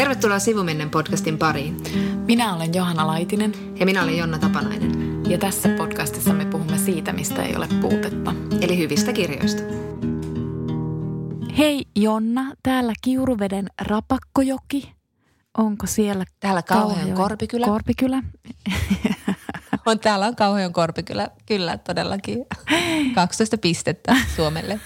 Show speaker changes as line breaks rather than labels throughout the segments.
Tervetuloa Sivumennen podcastin pariin.
Minä olen Johanna Laitinen.
Ja minä olen Jonna Tapanainen.
Ja tässä podcastissa me puhumme siitä, mistä ei ole puutetta.
Eli hyvistä kirjoista.
Hei Jonna, täällä Kiuruveden Rapakkojoki. Onko siellä
täällä Kauhajoen Korpikylä?
Korpikylä.
Täällä on Kauhajoen Korpikylä, kyllä todellakin. 12 pistettä Suomelle.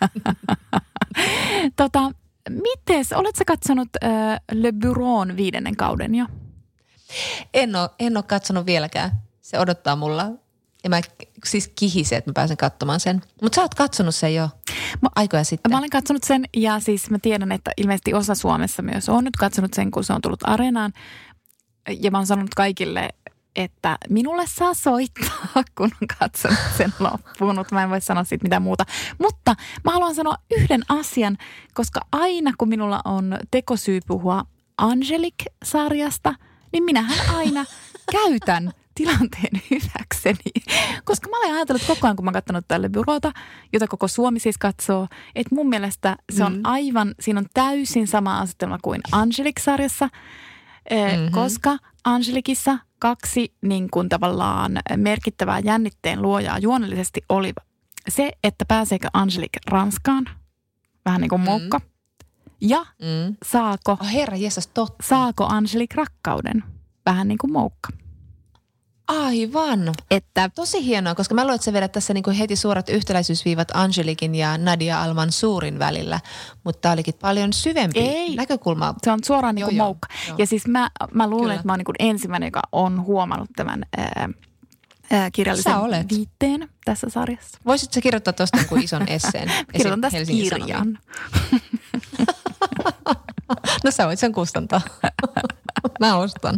Mites, oletko katsonut Le Bureau'n 5. kauden jo?
En ole katsonut vieläkään. Se odottaa mulla. Ja mä siis kihisen, että mä pääsen katsomaan sen. Mutta sä oot katsonut sen jo aikoja sitten.
Mä olen katsonut sen ja siis mä tiedän, että ilmeisesti osa Suomessa myös on nyt katsonut sen, kun se on tullut Areenaan. Ja mä oon sanonut kaikille, että minulle saa soittaa, kun on katsonut sen loppuun. Mutta mä en voi sanoa siitä mitään muuta. Mutta mä haluan sanoa yhden asian, koska aina kun minulla on tekosyy puhua Angelique-sarjasta, niin minähän aina käytän tilanteen hyväkseni. Koska mä olen ajatellut koko ajan, kun mä oon katsonut tälle Bureauta, jota koko Suomi siis katsoo, että mun mielestä se on aivan, siinä on täysin sama asetelma kuin Angelique-sarjassa, koska Angeliquissa 2 niin kuin tavallaan merkittävää jännitteen luojaa juonellisesti oli se, että pääseekö Angelique Ranskaan, vähän niin kuin Moukka, ja saako,
Herra Jeesus, totta.
Saako Angelique rakkauden, vähän niin kuin Moukka.
Aivan.
Että
tosi hienoa, koska mä luulen, että sä vedät tässä niin kuin heti suorat yhtäläisyysviivat Angeliquin ja Nadia Al-Mansurin välillä, mutta tää olikin paljon syvempi näkökulma.
Se on suoraan niin kuin Moukka. Ja siis mä luulen, että mä oon niin kuin ensimmäinen, joka on huomannut tämän kirjallisen viitteen tässä sarjassa.
Voisitko sä kirjoittaa tuosta niin kuin ison esseen?
Kirjoitan tästä kirjan.
No sä voit sen kustantaa. Mä ostan.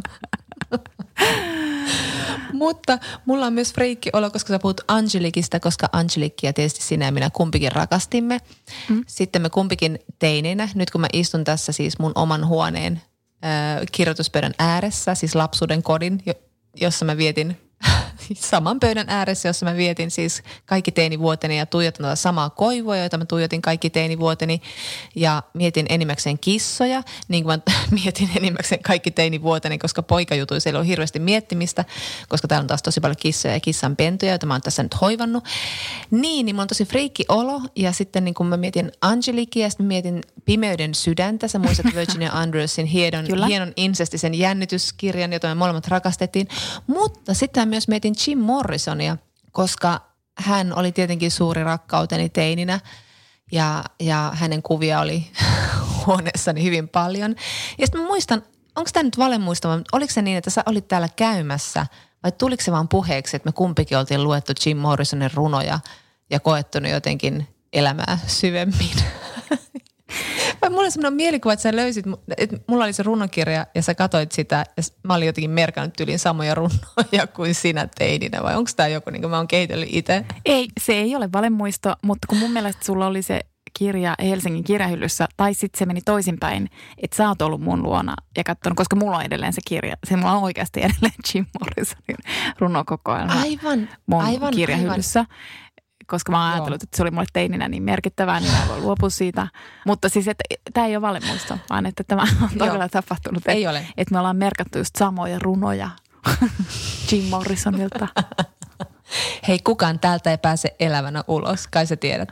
Mutta mulla on myös freikki-olo, koska sä puhut Angeliquista, koska Angeliquea tietysti sinä ja minä kumpikin rakastimme. Sitten me kumpikin teininä, nyt kun mä istun tässä siis mun oman huoneen kirjoituspöydän ääressä, siis lapsuuden kodin, jossa mä vietin saman pöydän ääressä, jossa mä vietin siis kaikki teinivuoteni ja tuijotin tätä samaa koivua, joita mä tuijotin kaikki teinivuoteni ja mietin enimmäkseen kissoja, niin kuin mä mietin enimmäkseen kaikki teinivuoteni, koska poikajutuissa ei ole hirveästi miettimistä, koska täällä on taas tosi paljon kissoja ja kissanpentuja, joita mä oon tässä nyt hoivannut. Niin mulla on tosi freikki olo ja sitten niin kun mä mietin Angeliquea ja sitten mä mietin Pimeyden sydäntä, sä muistat Virginia Andrewsin hienon insestisen jännityskirjan, jota me molemmat rakastettiin, mutta sitten myös mietin Jim Morrisonia, koska hän oli tietenkin suuri rakkauteni teininä ja hänen kuvia oli huoneessani hyvin paljon. Ja sitten mä muistan, onko tämä nyt valemuistama, oliko se niin, että sä olit täällä käymässä vai tuliko se vaan puheeksi, että me kumpikin oltiin luettu Jim Morrisonin runoja ja koettunut jotenkin elämää syvemmin? Vai mulla on sellainen mielikuva, että sä löysit, että mulla oli se runokirja ja sä katsoit sitä ja mä olin jotenkin merkannut yli samoja runoja kuin sinä teininä vai onko tämä joku, niin kuin mä oon keitellyt itse?
Ei, se ei ole valemuisto, mutta kun mun mielestä sulla oli se kirja Helsingin kirjahyllyssä tai sitten se meni toisinpäin, että sä oot ollut mun luona ja katsonut, koska mulla on edelleen se kirja, se mulla on oikeasti edelleen Jim Morrisonin runokokoelma mun kirjahyllyssä. Aivan. Koska mä oon ajatellut, että se oli mulle teininä niin merkittävää, niin mä voin luopua siitä. Mutta siis, että tämä ei ole valemuisto, vaan että tämä on todella tapahtunut.
Ei ole.
Että me ollaan merkattu just samoja runoja Jim Morrisonilta.
Hei, kukaan täältä ei pääse elävänä ulos, kai sä tiedät.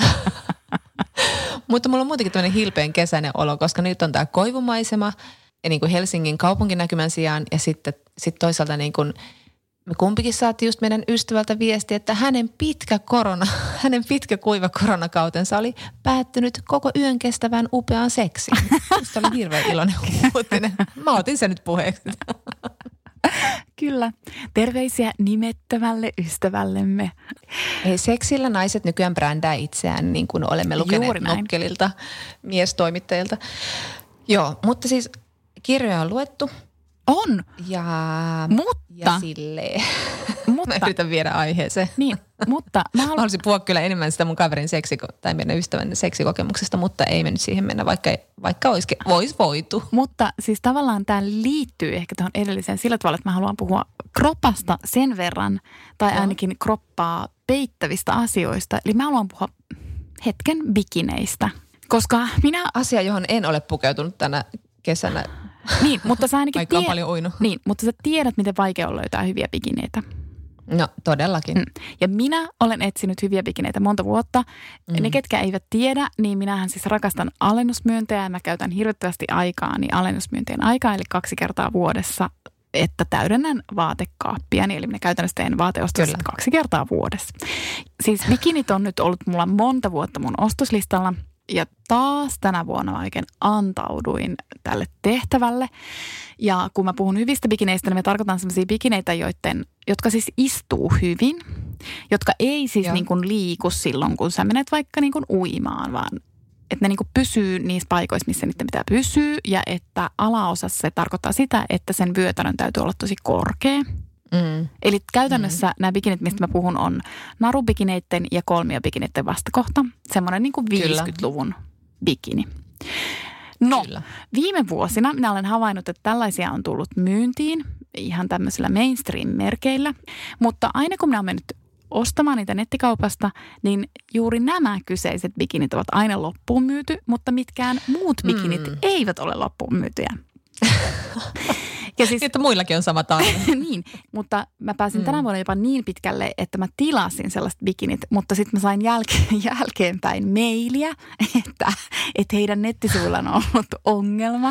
Mutta mulla on muutenkin tämmöinen hilpeän kesäinen olo, koska nyt on tää koivumaisema ja niin kuin Helsingin kaupunkinäkymän sijaan ja sitten toisaalta niin kuin me kumpikin saatiin just meidän ystävältä viesti, että hänen pitkä kuiva koronakautensa oli päättynyt koko yön kestävään upeaan seksiin. Musta oli hirveän iloinen uutinen. Mä otin sen nyt puheeksi.
Kyllä. Terveisiä nimettömälle ystävällemme.
Ei, seksillä naiset nykyään brändää itseään, niin kuin olemme lukeneet nokkelilta, miestoimittajilta. Joo, mutta siis kirjoja on luettu.
On.
Ja silleen. Mä yritän viedä aiheeseen.
Niin, mutta mä
haluaisin puhua kyllä enemmän sitä mun kaverin tai meidän ystävän seksikokemuksesta, mutta ei me nyt siihen mennä, vaikka olisi voitu.
Mutta siis tavallaan tämä liittyy ehkä tuohon edelliseen sillä tavalla, että mä haluan puhua kroppasta sen verran, tai ainakin kroppaa peittävistä asioista. Eli mä haluan puhua hetken bikineistä, koska minä...
Asia, johon en ole pukeutunut tänä kesänä.
Niin, mutta sä ainakin
Vaikka on paljon uinut.
Niin, mutta sä tiedät, miten vaikea on löytää hyviä bikineitä.
No, todellakin.
Ja minä olen etsinyt hyviä bikineitä monta vuotta. Ne, ketkä eivät tiedä, niin minähän siis rakastan alennusmyyntejä ja mä käytän hirvittävästi aikaani alennusmyyntien aikaa, eli 2 kertaa vuodessa, että täydennän vaatekaappiani. Eli minä käytännössä teen vaateostokset 2 kertaa vuodessa. Siis bikinit on nyt ollut mulla monta vuotta mun ostoslistalla. Ja taas tänä vuonna mä oikein antauduin tälle tehtävälle. Ja kun mä puhun hyvistä bikineistä, niin mä tarkoitan sellaisia bikineitä, jotka siis istuu hyvin. Jotka ei siis niin kuin liiku silloin, kun sä menet vaikka niin kuin uimaan, vaan että ne niin kuin pysyy niissä paikoissa, missä niiden pitää pysyä. Ja että alaosassa se tarkoittaa sitä, että sen vyötärön täytyy olla tosi korkea. Eli käytännössä nämä bikinit, mistä mä puhun, on narubikineiden ja kolmiobikineiden vastakohta. Semmoinen niin kuin 50-luvun bikini. No, viime vuosina minä olen havainnut, että tällaisia on tullut myyntiin ihan tämmöisillä mainstream-merkeillä. Mutta aina kun minä olen mennyt ostamaan niitä nettikaupasta, niin juuri nämä kyseiset bikinit ovat aina loppuun myyty, mutta mitkään muut bikinit eivät ole loppuun myytyjä. Ja siis,
että muillakin on sama tarve.
Niin, mutta mä pääsin tänä vuonna jopa niin pitkälle, että mä tilasin sellaiset bikinit, mutta sitten mä sain jälkeenpäin mailia, että heidän nettisivuillaan on ollut ongelma.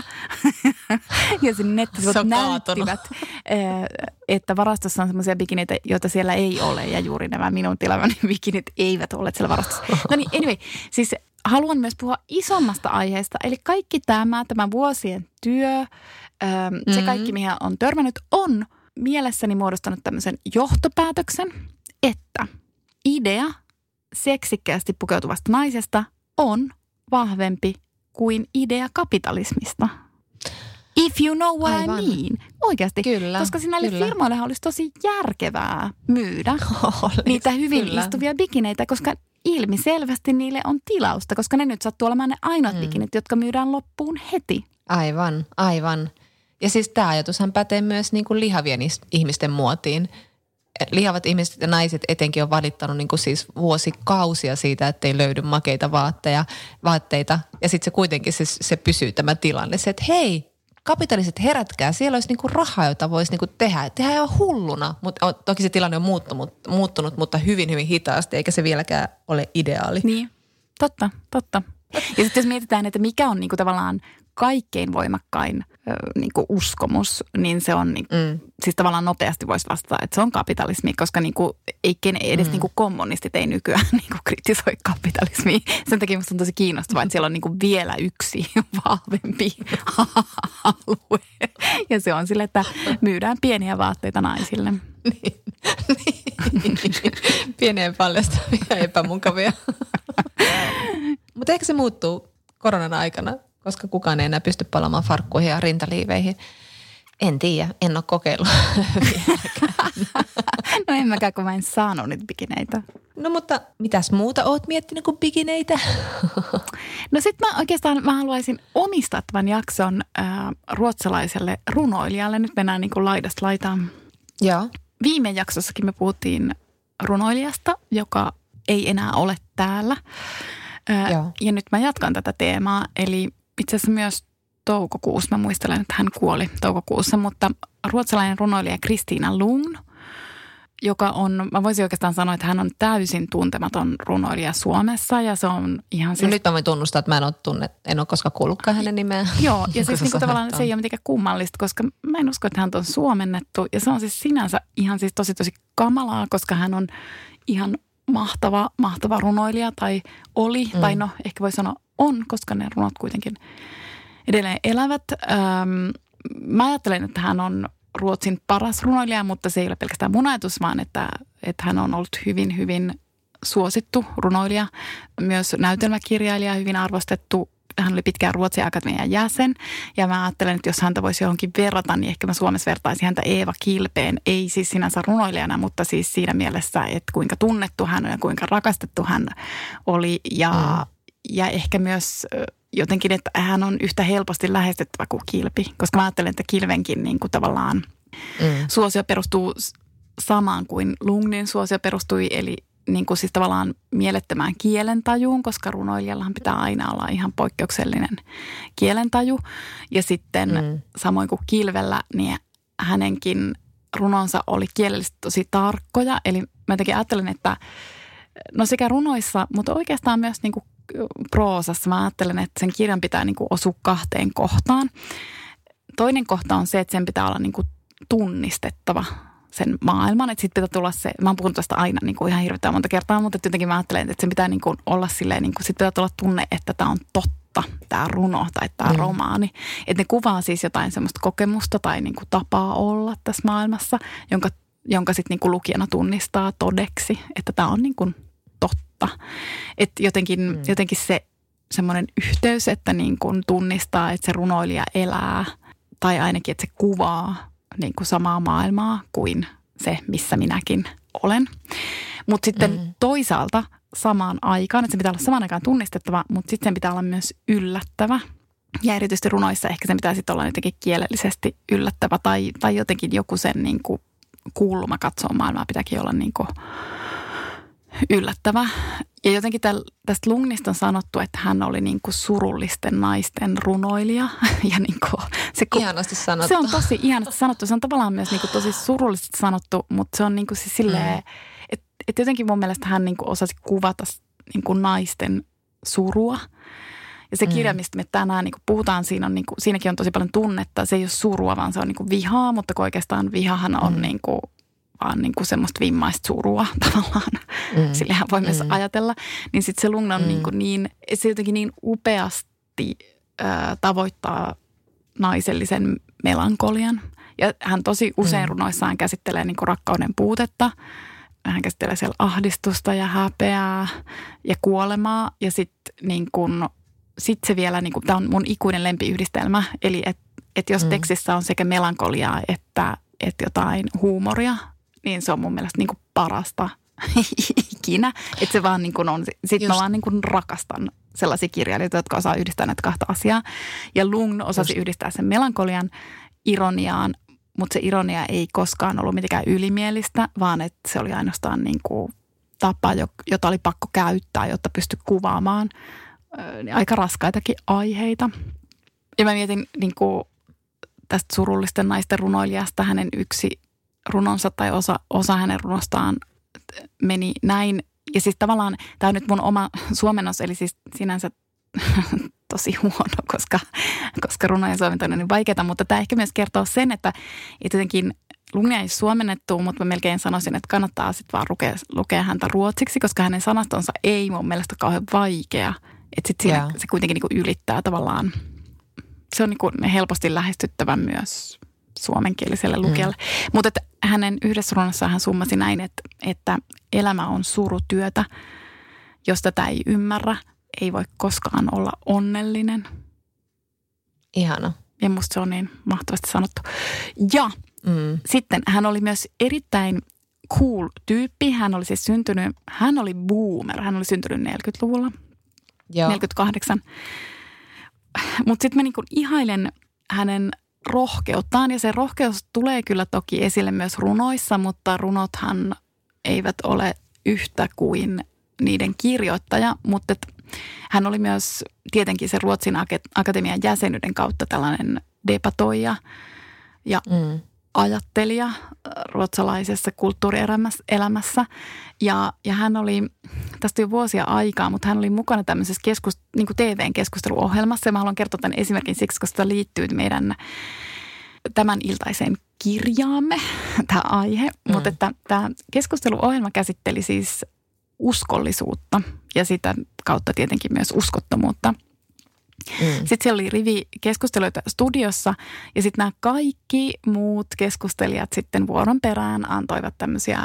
Ja sinne nettisivut näyttivät, että varastossa on semmoisia bikineitä, joita siellä ei ole, ja juuri nämä minun tilamani bikinit eivät ole siellä varastossa. No niin, anyway, siis haluan myös puhua isommasta aiheesta, eli kaikki tämä vuosien työ, se kaikki, mihin on törmännyt, on mielessäni muodostanut tämmöisen johtopäätöksen, että idea seksikkäästi pukeutuvasta naisesta on vahvempi kuin idea kapitalismista. If you know what I mean. Oikeasti.
Kyllä,
koska näille firmoillehan olisi tosi järkevää myydä niitä hyvin istuvia bikineitä, koska ilmiselvästi niille on tilausta, koska ne nyt sattuu olemaan ne ainoat bikinit, jotka myydään loppuun heti.
Aivan. Ja siis tämä ajatushan pätee myös niin kuin lihavien ihmisten muotiin. Lihavat ihmiset ja naiset etenkin on valittanut niin kuin siis vuosikausia siitä, että ei löydy makeita vaatteita. Ja sitten se kuitenkin se pysyy tämä tilanne. Se, että hei, kapitaliset herätkää, siellä olisi niin kuin rahaa, jota voisi niin kuin tehdä. Tehdään ihan hulluna, mutta toki se tilanne on muuttunut, mutta hyvin, hyvin hitaasti, eikä se vieläkään ole ideaali.
Niin, totta. Ja sitten jos mietitään, että mikä on niinku tavallaan kaikkein voimakkain niinku uskomus, niin se on, siis tavallaan nopeasti voisi vastata, että se on kapitalismi, koska niinku, edes niinku kommunistit ei nykyään niinku kritisoi kapitalismia. Sen takia musta on tosi kiinnostavaa, että siellä on niinku vielä yksi vahvempi alue. Ja se on sille, että myydään pieniä vaatteita naisille.
Niin. Pieniä paljastavia epämukavia. Mutta ehkä se muuttuu koronan aikana, koska kukaan ei enää pysty palaamaan farkkuihin ja rintaliiveihin. En tiedä, en ole kokeillut vieläkään.
No en mäkään, kun mä en saanut niitä bikineitä.
No mutta mitäs muuta oot miettinyt kuin bikineitä?
No sit mä haluaisin omistaa tämän jakson ruotsalaiselle runoilijalle. Nyt mennään niin kuin laidasta laitaan.
Joo.
Viime jaksossakin me puhuttiin runoilijasta, joka ei enää ole täällä. Ja nyt mä jatkan tätä teemaa, eli itse asiassa myös toukokuussa, mä muistelen, että hän kuoli toukokuussa, mutta ruotsalainen runoilija Kristina Lugn, joka on, mä voisin oikeastaan sanoa, että hän on täysin tuntematon runoilija Suomessa ja se on ihan siis...
Nyt mä voin tunnustaa, että mä en ole koskaan kuullutkaan hänen nimeään.
Joo, ja siis niinku tavallaan se ei ole mitenkään kummallista, koska mä en usko, että hän on suomennettu ja se on siis sinänsä ihan siis tosi kamalaa, koska hän on ihan mahtava runoilija tai oli, tai no ehkä voi sanoa on, koska ne runot kuitenkin edelleen elävät. Mä ajattelen, että hän on Ruotsin paras runoilija, mutta se ei ole pelkästään mun ajatus, vaan että hän on ollut hyvin, hyvin suosittu runoilija, myös näytelmäkirjailija, hyvin arvostettu. Hän oli pitkään Ruotsin akatemian jäsen ja mä ajattelen, että jos häntä voisi johonkin verrata, niin ehkä mä Suomessa vertaisin häntä Eeva Kilpeen. Ei siis sinänsä runoilijana, mutta siis siinä mielessä, että kuinka tunnettu hän on ja kuinka rakastettu hän oli. Ja ehkä myös jotenkin, että hän on yhtä helposti lähestyttävä kuin Kilpi. Koska mä ajattelen, että Kilvenkin niin kuin tavallaan suosio perustuu samaan kuin Lugnin suosio perustui. niin kuin siis tavallaan mielettömään kielentajuun, koska runoilijallahan pitää aina olla ihan poikkeuksellinen kielentaju. Ja sitten samoin kuin Kilvellä, niin hänenkin runonsa oli kielellisesti tosi tarkkoja. Eli mä jotenkin ajattelen, että no sekä runoissa, mutta oikeastaan myös niin kuin proosassa mä ajattelen, että sen kirjan pitää niin kuin osua kahteen kohtaan. Toinen kohta on se, että sen pitää olla niin kuin tunnistettava sen maailman, että sitten pitää tulla se, mä oon puhunut tästä aina niin kuin ihan hirveän monta kertaa, mutta jotenkin mä ajattelen, että sen pitää niin kuin olla silleen, niin kuin, sitten pitää tulla tunne, että tämä on totta, tämä runo tai tämä romaani. Että ne kuvaa siis jotain semmoista kokemusta tai niin kuin tapaa olla tässä maailmassa, jonka sitten niin kuin lukijana tunnistaa todeksi, että tämä on niin kuin totta. Että jotenkin se semmoinen yhteys, että niin kuin tunnistaa, että se runoilija elää tai ainakin, että se kuvaa niin kuin samaa maailmaa kuin se, missä minäkin olen. Mutta sitten toisaalta samaan aikaan, että se pitää olla samaan aikaan tunnistettava, mutta sitten sen pitää olla myös yllättävä. Ja erityisesti runoissa ehkä sen pitää sitten olla jotenkin kielellisesti yllättävä tai jotenkin joku sen niin kuin kulma katsoa maailmaa pitääkin olla niin kuin yllättävä. Ja jotenkin tästä Lungnista on sanottu, että hän oli niin kuin surullisten naisten runoilija. Ja niin kuin
ihanasti sanottu.
Se on tosi ihanasti sanottu. Se on tavallaan myös niin kuin tosi surullisesti sanottu, mutta se on niin kuin siis silleen, että jotenkin mun mielestä hän niin kuin osasi kuvata niin kuin naisten surua. Ja se kirja, mistä me tänään niin kuin puhutaan, siinäkin on tosi paljon tunnetta. Se ei ole surua, vaan se on niin kuin vihaa, mutta oikeastaan vihahan on niin kuin vaan niin kuin semmoista vimmaista surua tavallaan. Sillähän voi myös ajatella. Niin sitten se Lugn on niin, se jotenkin niin upeasti tavoittaa naisellisen melankolian. Ja hän tosi usein runoissaan käsittelee niin kuin rakkauden puutetta. Hän käsittelee siellä ahdistusta ja häpeää ja kuolemaa. Ja sitten niin kuin se vielä, niin kuin, tämä on mun ikuinen lempiyhdistelmä. Eli että jos tekstissä on sekä melankoliaa että jotain huumoria, niin se on mun mielestä niin kuin parasta ikinä. Että se vaan niin kuin on, sitten mä vaan niin kuin rakastan sellaisia kirjailijoita, jotka osaa yhdistää näitä kahta asiaa. Ja Lugn osasi yhdistää sen melankolian ironiaan, mutta se ironia ei koskaan ollut mitenkään ylimielistä, vaan että se oli ainoastaan niin kuin tapa, jota oli pakko käyttää, jotta pystyi kuvaamaan aika raskaitakin aiheita. Ja mä mietin niin kuin tästä surullisten naisten runoilijasta, hänen yksi runonsa tai osa hänen runostaan meni näin. Ja siis tavallaan tämä on nyt mun oma suomennos, eli siis sinänsä tosi huono, koska runojen suomentaminen on niin vaikeaa, mutta tämä ehkä myös kertoo sen, että jotenkin Lugnia ei suomennettu, mutta mä melkein sanoisin, että kannattaa sitten vaan lukea häntä ruotsiksi, koska hänen sanastonsa ei mun mielestä kauhean vaikea. Että sitten se kuitenkin niinku ylittää tavallaan, se on niinku helposti lähestyttävä myös suomenkieliselle lukijalle. Mutta hänen yhdessä runossaan hän summasi näin, että elämä on surutyötä, jos tätä ei ymmärrä, ei voi koskaan olla onnellinen.
Ihana.
Ja musta se on niin mahtavasti sanottu. Ja sitten hän oli myös erittäin cool tyyppi. Hän oli boomer. Hän oli syntynyt 40-luvulla. Joo. 48. Mutta sitten mä niinku ihailen hänen rohkeuttaan. Ja se rohkeus tulee kyllä toki esille myös runoissa, mutta runothan eivät ole yhtä kuin niiden kirjoittaja. Mutta hän oli myös tietenkin se Ruotsin akatemian jäsenyyden kautta tällainen debatoija ja ajattelija ruotsalaisessa kulttuurielämässä. Ja hän oli, tästä jo vuosia aikaa, mutta hän oli mukana tämmöisessä niin kuin TV:n keskusteluohjelmassa. Ja mä haluan kertoa tämän esimerkin siksi, koska tämä liittyy meidän tämän iltaiseen kirjaamme, tämä aihe. Mutta että tämä keskusteluohjelma käsitteli siis uskollisuutta ja sitä kautta tietenkin myös uskottomuutta. Sitten siellä oli rivi keskusteluita studiossa ja sitten nämä kaikki muut keskustelijat sitten vuoron perään antoivat tämmöisiä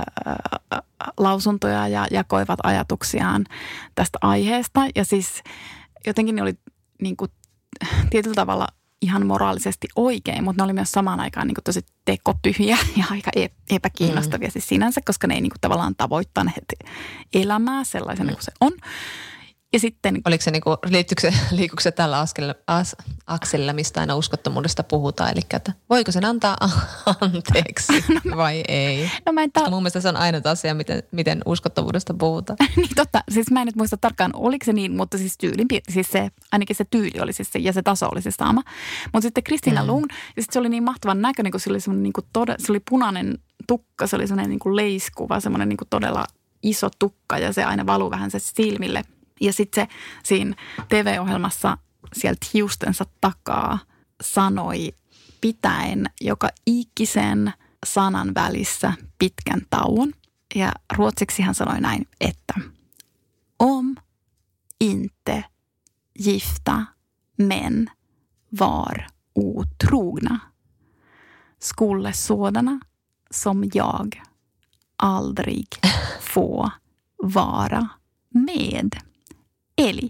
lausuntoja ja jakoivat ajatuksiaan tästä aiheesta. Ja siis jotenkin ne oli niin kuin tietyllä tavalla ihan moraalisesti oikein, mutta ne oli myös samaan aikaan niin kuin tosi tekopyhiä ja aika epäkiinnostavia siis sinänsä, koska ne ei niin kuin tavallaan tavoittaneet elämää sellaisena kuin se on. Ja sitten...
Liikkuuko se tällä akselilla, mistä aina uskottomuudesta puhutaan? Eli että voiko sen antaa anteeksi vai ei?
No mä en
mun mielestä se on ainut asia, miten uskottomuudesta puhutaan.
Niin totta. Siis mä en nyt muista tarkkaan, oliko se niin, mutta siis ainakin se tyyli oli siis se, ja se taso oli se sama. Mutta sitten Kristiina Lund, ja sitten se oli niin mahtavan näköinen, kun se oli semmoinen se oli punainen tukka, se oli semmoinen niin kuin leiskuva, semmoinen niin kuin todella iso tukka ja se aina valuu vähän se silmille. Ja sitten se siinä TV-ohjelmassa sieltä hiustensa takaa sanoi pitäen joka ikisen sanan välissä pitkän tauon. Ja ruotsiksi hän sanoi näin, että om inte gifta män var otrogna skulle sådana som jag aldrig få vara med. Eli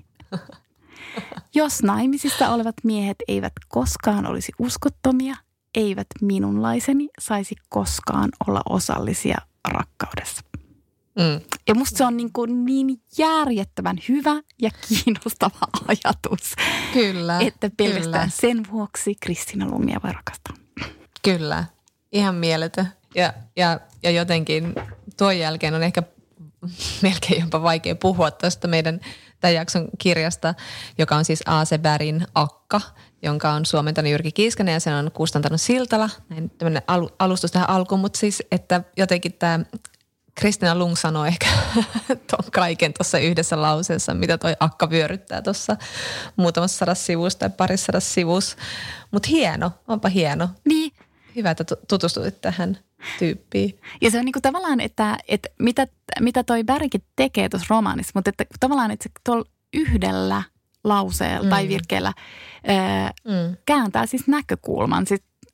jos naimisissa olevat miehet eivät koskaan olisi uskottomia, eivät minunlaiseni saisi koskaan olla osallisia rakkaudessa. Ja musta se on niin järjettömän hyvä ja kiinnostava ajatus.
Kyllä.
Että pelkästään sen vuoksi Kristiina Lundia voi rakastaa.
Kyllä. Ihan mieletön. Ja jotenkin tuon jälkeen on ehkä melkein jopa vaikea puhua tuosta meidän tämän jakson kirjasta, joka on siis A.C. Bergin Akka, jonka on suomentanut Jyrki Kiiskanen ja sen on kustantanut Siltala. Näin tämmöinen alustus tähän alkuun, mutta siis, että jotenkin tämä Kristiina Lund sanoi ehkä ton kaiken tuossa yhdessä lauseessa, mitä toi Akka vyöryttää tuossa muutamassa 100 sivussa tai parissa 100 sivussa. Mutta hieno, onpa hieno.
Niin.
Hyvä, että tutustuit tähän tyyppiin.
Ja se on niinku tavallaan, että mitä toi Bergkin tekee tuossa romaanissa, mutta että tavallaan, että se tuolla yhdellä lauseella tai virkkeellä kääntää siis näkökulman.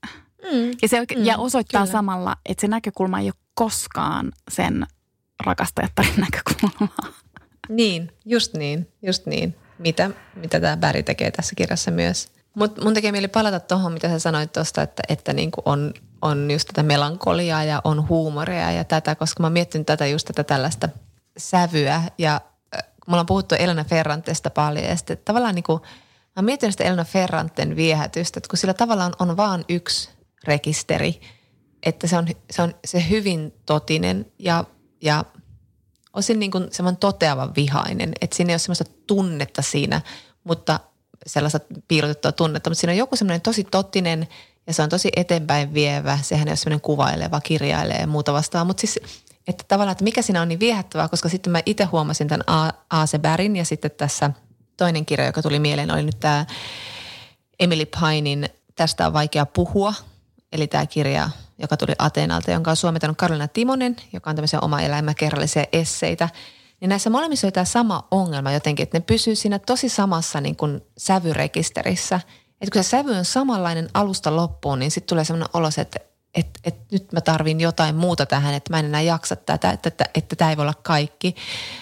Ja osoittaa kyllä samalla, että se näkökulma ei ole koskaan sen rakastajattarin näkökulmaa.
Niin, just niin. Mitä tämä Berg tekee tässä kirjassa myös. Mutta mun tekee mieli palata tuohon, mitä sä sanoit tuosta, että niinku on just tätä melankoliaa ja on huumoria ja tätä, koska mä oon miettinyt tätä tällaista sävyä ja me ollaan puhuttu Elena Ferrantesta paljon ja sitten tavallaan niinku, mä oon miettinyt sitä Elena Ferranten viehätystä, että kun sillä tavallaan on vaan yksi rekisteri, että se on se hyvin totinen ja osin niin kuin semmoinen toteavan vihainen, että siinä ei ole semmoista tunnetta siinä, mutta sellaista piilotettua tunnetta, mutta siinä on joku semmoinen tosi totinen ja se on tosi eteenpäin vievä, sehän ei ole semmoinen kuvaileva, kirjailee ja muuta vastaavaa, mutta siis, että tavallaan, että mikä siinä on niin viehättävää, koska sitten mä itse huomasin tämän A.C. Bergin ja sitten tässä toinen kirja, joka tuli mieleen, oli nyt tämä Emily Pinin Tästä on vaikea puhua, eli tämä kirja, joka tuli Ateenalta, jonka on suomentanut Karolina Timonen, joka on tämmöisiä oma elämäkerrallisia esseitä. Niin näissä molemmissa on tämä sama ongelma jotenkin, että ne pysyy siinä tosi samassa niin kuin sävyrekisterissä. Että kun se sävy on samanlainen alusta loppuun, niin sitten tulee semmoinen olo, että nyt mä tarvin jotain muuta tähän, että mä en enää jaksa tätä, että tämä ei voi olla kaikki.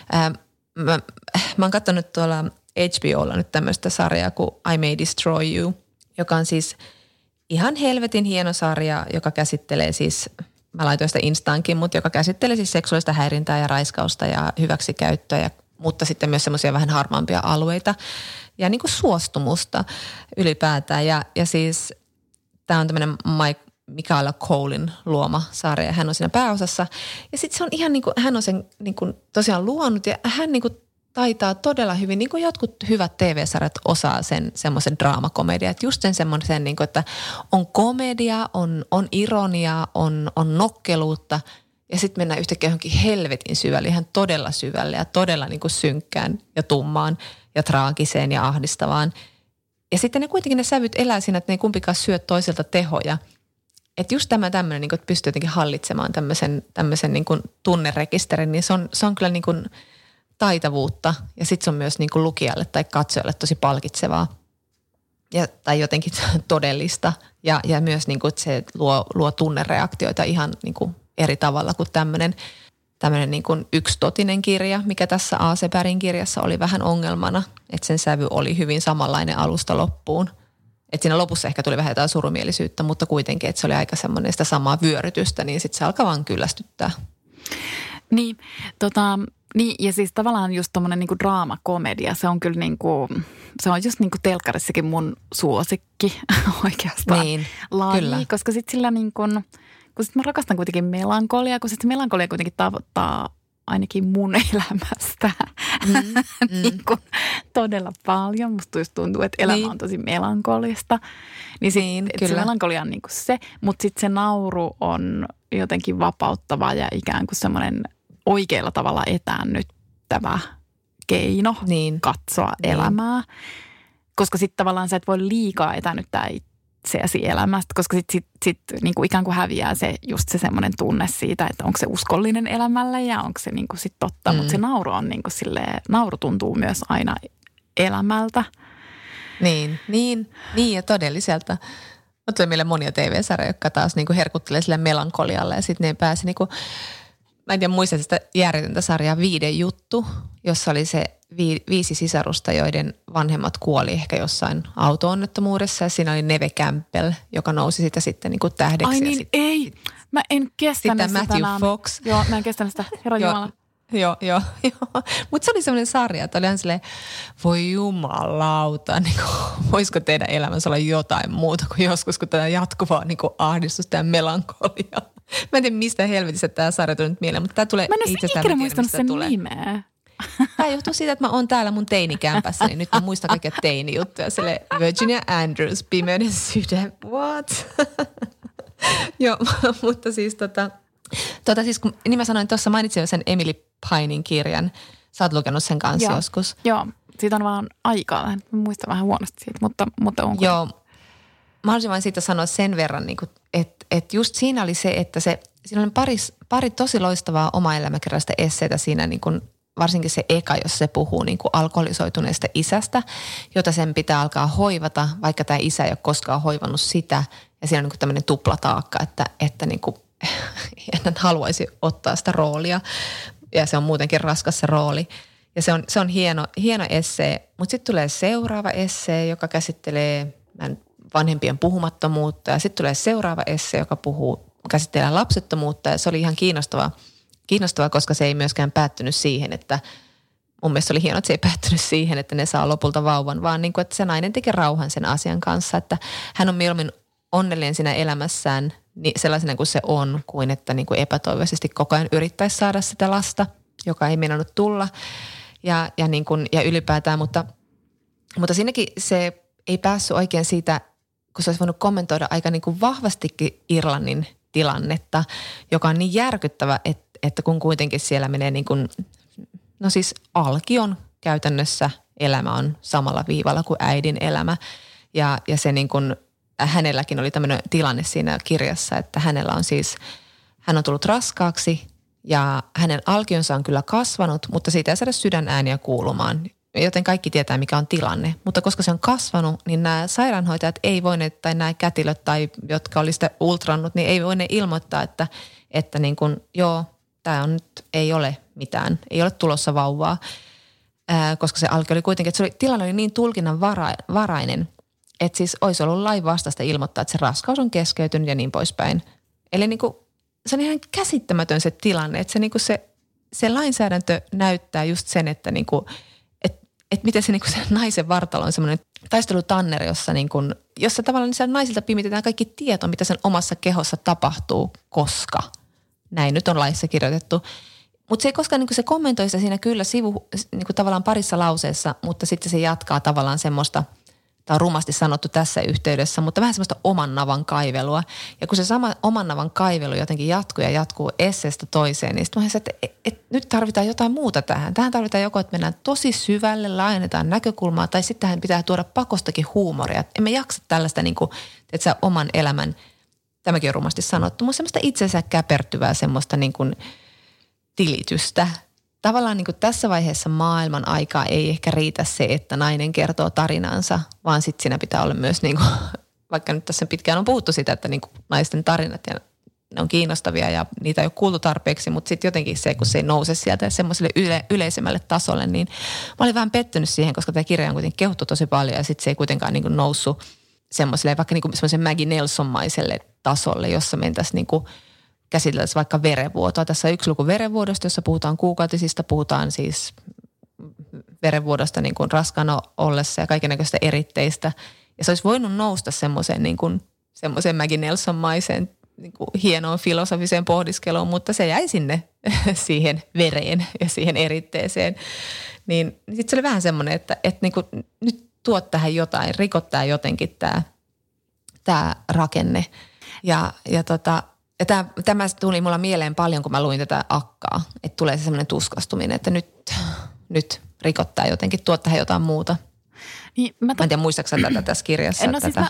Mä oon katsonut tuolla HBOlla nyt tämmöistä sarjaa kuin I May Destroy You, joka on siis ihan helvetin hieno sarja, joka käsittelee siis, mä laitoin sitä Instaankin, mutta joka käsittelee siis seksuaalista häirintää ja raiskausta ja hyväksikäyttöä, mutta sitten myös semmoisia vähän harmaampia alueita ja niin kuin suostumusta ylipäätään. Ja siis tämä on tämmöinen Michaela Colein luoma sarja, hän on siinä pääosassa. Ja sitten se on ihan niin kuin, hän on sen niin kuin tosiaan luonut ja hän niin kuin taitaa todella hyvin, niin kuin jotkut hyvät TV-sarjat osaa sen semmoisen draamakomedia. Että just sen semmoisen, niin kuin, että on komedia, on ironia, on nokkeluutta ja sitten mennään yhtäkkiä johonkin helvetin syvälle, ihan todella syvälle ja todella niin kuin synkkään ja tummaan ja traagiseen ja ahdistavaan. Ja sitten ne kuitenkin ne sävyt elää siinä, että ne ei kumpikaan syö toisilta tehoja. Että just tämmöinen, niin kuin, että pystyy jotenkin hallitsemaan tämmöisen niin kuin tunnerekisterin, niin se on kyllä niin kuin taitavuutta ja sitten se on myös niin kuin lukijalle tai katsojalle tosi palkitsevaa tai jotenkin todellista ja myös niin kuin, että se luo tunnereaktioita ihan niin kuin eri tavalla kuin tämmöinen niin kuin yksitotinen kirja, mikä tässä A.C. Bergin kirjassa oli vähän ongelmana, että sen sävy oli hyvin samanlainen alusta loppuun. Että siinä lopussa ehkä tuli vähän jotain surumielisyyttä, mutta kuitenkin, että se oli aika semmoinen sitä samaa vyörytystä, niin sitten se alkaa vaan kyllästyttää.
Niin, Niin, ja siis tavallaan just tommonen niinku draamakomedia, se on kyllä niinku, se on just niinku telkkarissakin mun suosikki oikeastaan.
Niin,
laji,
kyllä.
koska sit sillä niinku, kun sit mä rakastan kuitenkin melankoliaa, kun sit se melankolia kuitenkin tavoittaa ainakin mun elämästä niin kuin todella paljon. Musta just tuntuu, että elämä on tosi melankolista. Niin, se melankolia on niin kuin se, mutta sitten se nauru on jotenkin vapauttava ja ikään kuin semmoinen oikealla tavalla etäännyttävä keino katsoa elämää. Koska sitten tavallaan sä et voi liikaa etäännyttää itseäsi elämästä, koska sit niin kuin ikään kuin häviää just se semmoinen tunne siitä, että onko se uskollinen elämälle ja onko se niin kuin sit totta. Mutta se nauru on niin kuin silleen, nauru tuntuu myös aina elämältä.
Niin ja todelliselta. Mä tuli meille monia TV-sarjoja, jotka taas niin kuin herkuttelee sille melankolialle ja sitten ne pääsi niin kuin, mä en tiedä muista sitä järjetöntä sarjaa 5 juttu, jossa oli se 5 sisarusta, joiden vanhemmat kuoli ehkä jossain auto-onnettomuudessa ja siinä oli Neve Campbell, joka nousi sitä sitten niin kuin tähdeksi.
Ai niin, ei. Mä en kestänyt sitä.
Sitten Matthew Fox.
Joo, mä en kestänyt sitä. Herra Jumala.
Joo. Mutta se oli semmoinen sarja, että oli ihan silleen, voi jumalauta, niin kuin, voisiko teidän elämässä olla jotain muuta kuin joskus, kun tätä jatkuvaa niin kuin ahdistusta ja melankolia. Mä en tiedä, mistä helvetissä tämä sarja tuli nyt mieleen, mutta tämä tulee itsestään.
Mä en ole muistanut sen nimeä.
Tämä johtuu siitä, että mä oon täällä mun teinikämpässä, niin nyt mä muistan kaikkia teinijuttuja. Silleen Virginia Andrews, Pimeyden sydän, what? Joo, mutta siis siis kun niin mä sanoin, tuossa mainitsin jo sen Emily Pinin kirjan. Sä oot lukenut sen kanssa joskus.
Joo, siitä on vaan aikaa vähän. Mä muistan vähän huonosti siitä, mutta onko?
Joo, mä haluaisin vain siitä sanoa sen verran, niin että just siinä oli se, että siinä oli pari tosi loistavaa oma elämäkerrallista esseitä siinä niin kuin varsinkin se eka, jos se puhuu niin kuin alkoholisoituneesta isästä, jota sen pitää alkaa hoivata, vaikka tämä isä ei ole koskaan hoivannut sitä. Ja siinä on niin kuin tämmöinen tuplataakka, että niin kuin, en haluaisi ottaa sitä roolia. Ja se on muutenkin raskas se rooli. Ja se on hieno essee. Mutta sitten tulee seuraava essee, joka käsittelee vanhempien puhumattomuutta. Ja sitten tulee seuraava essee, joka käsittelee lapsettomuutta. Ja se oli ihan kiinnostavaa, koska se ei myöskään päättynyt siihen, että mun mielestä oli hienoa, että se ei päättynyt siihen, että ne saa lopulta vauvan, vaan niin kuin, että se nainen teki rauhan sen asian kanssa, että hän on mieluummin onnellinen siinä elämässään sellaisena kuin se on, kuin että niin kuin epätoivoisesti koko ajan yrittäisi saada sitä lasta, joka ei meinannut tulla ja ylipäätään, mutta siinäkin se ei päässyt oikein siitä, kun se olisi voinut kommentoida aika niin kuin vahvastikin Irlannin tilannetta, joka on niin järkyttävä, että kun kuitenkin siellä menee niin kuin, no siis alkion käytännössä elämä on samalla viivalla kuin äidin elämä ja se niin kuin, hänelläkin oli tämmöinen tilanne siinä kirjassa, että hän on tullut raskaaksi ja hänen alkionsa on kyllä kasvanut, mutta siitä ei saada sydänääniä kuulumaan, joten kaikki tietää mikä on tilanne. Mutta koska se on kasvanut, niin nämä sairaanhoitajat ei voineet, tai nämä kätilöt tai jotka oli sitä ultrannut, niin ei voineet ilmoittaa, että niin kuin, joo, tämä on nyt, ei ole mitään, ei ole tulossa vauvaa, koska se alkio oli kuitenkin, että tilanne oli niin tulkinnanvarainen, että siis olisi ollut lainvastaista ilmoittaa, että se raskaus on keskeytynyt ja niin poispäin. Eli niin kuin, se on ihan käsittämätön se tilanne, että niin kuin se lainsäädäntö näyttää just sen, että niin kuin, että miten se, niin kuin se naisen vartalo on semmoinen taistelutanner, jossa tavallaan naisilta pimitetään kaikki tieto, mitä sen omassa kehossa tapahtuu, koska näin nyt on laissa kirjoitettu. Mutta se ei koskaan, niin kuin se kommentoi sitä siinä kyllä niin kuin tavallaan parissa lauseessa, mutta sitten se jatkaa tavallaan semmoista, tämä on rumasti sanottu tässä yhteydessä, mutta vähän semmoista oman navan kaivelua. Ja kun se sama oman navan kaivelu jotenkin jatkuu esseestä toiseen, niin sitten mä että nyt tarvitaan jotain muuta tähän. Tähän tarvitaan joko, että mennään tosi syvälle, laajennetaan näkökulmaa, tai sitten tähän pitää tuoda pakostakin huumoria. Emme jaksa tällaista niin kuin, että sä oman elämän, tämäkin on rumasti sanottu, mutta semmoista itsensä käpertyvää semmoista niin kuin tilitystä. Tavallaan niin kuin tässä vaiheessa maailman aikaa ei ehkä riitä se, että nainen kertoo tarinansa, vaan sitten siinä pitää olla myös, niin kuin, vaikka nyt tässä pitkään on puhuttu sitä, että niin kuin naisten tarinat ja ne on kiinnostavia ja niitä ei ole kuultu tarpeeksi, mutta sitten jotenkin se, kun se ei nouse sieltä semmoiselle yleisemmälle tasolle, niin mä olin vähän pettynyt siihen, koska tämä kirja on kuitenkin kehuttu tosi paljon ja sitten se ei kuitenkaan niin kuin noussut semmoiselle vaikka niin kuin semmoisen Maggie Nelson-maiselle tasolle, jossa mentäisiin niin kuin käsiteltäisiin vaikka verenvuotoa. Tässä on yksi luku verenvuodosta, jossa puhutaan kuukautisista, puhutaan siis verenvuodosta niin kuin raskaana ollessa ja kaikennäköistä eritteistä. Ja se olisi voinut nousta semmoiseen niin kuin semmoiseen Maggie Nelson-maiseen niin kuin hienoon filosofiseen pohdiskeluun, mutta se jäi sinne siihen vereen ja siihen eritteeseen. Niin sitten se oli vähän semmoinen, että niin kuin, nyt tuot tähän jotain, rikottaa jotenkin tämä rakenne. Ja tämä tuli mulla mieleen paljon, kun mä luin tätä akkaa, että tulee se semmoinen tuskastuminen, että nyt rikottaa jotenkin, tuot tähän jotain muuta.
Niin,
mä en tiedä, muistatko tätä tässä kirjassa?
No siis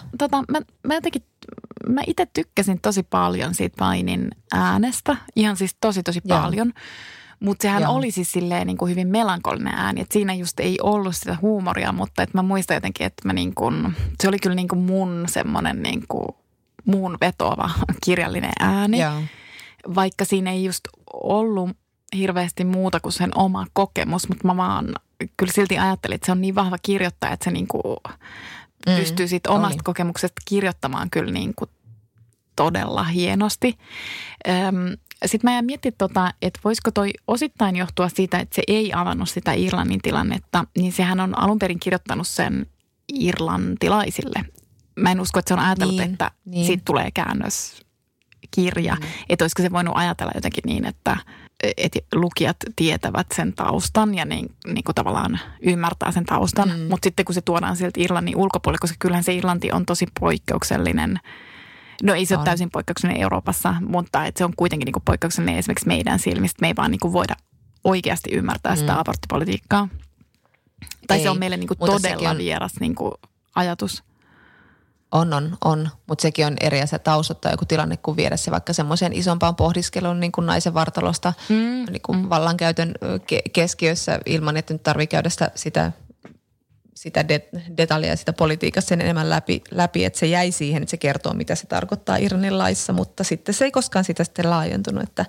mä itse tykkäsin tosi paljon siitä Painin äänestä, ihan siis tosi paljon. Mutta sehän oli siis silleen niin kuin hyvin melankolinen ääni, että siinä just ei ollut sitä huumoria, mutta että mä muistan jotenkin, että mä niin kuin, se oli kyllä niin kuin mun semmoinen niin kuin muun vetoava kirjallinen ääni, vaikka siinä ei just ollut hirveästi muuta kuin sen oma kokemus, mutta mä vaan kyllä silti ajattelin, että se on niin vahva kirjoittaja, että se niin kuin pystyy siitä omasta kokemuksesta kirjoittamaan kyllä niin kuin todella hienosti. Sitten mä jäin miettimään, että voisiko toi osittain johtua siitä, että se ei avannut sitä Irlannin tilannetta, niin sehän on alun perin kirjoittanut sen irlantilaisille. Mä en usko, että se on ajatellut, että siitä tulee käännöskirja. Että olisiko se voinut ajatella jotenkin niin, että lukijat tietävät sen taustan ja niin kuin tavallaan ymmärtää sen taustan. Mutta sitten kun se tuodaan sieltä Irlannin ulkopuolelle, koska kyllähän se Irlanti on tosi poikkeuksellinen. No ei se ole täysin poikkeuksellinen Euroopassa, mutta että se on kuitenkin niin kuin poikkeuksellinen esimerkiksi meidän silmistä. Me ei vaan niin kuin voida oikeasti ymmärtää sitä aborttipolitiikkaa. Tai ei, se on meille niin kuin todella vieras niin kuin ajatus.
On. Mutta sekin on eri asia taustottaa joku tilanne, kun viedä se vaikka semmoiseen isompaan pohdiskeluun niin kuin naisen vartalosta niin kuin vallankäytön keskiössä ilman, että nyt tarvitsee käydä sitä detaljia sitä politiikasta sen enemmän läpi, että se jäi siihen, että se kertoo, mitä se tarkoittaa Irlannin laissa, mutta sitten se ei koskaan sitä sitten laajentunut, että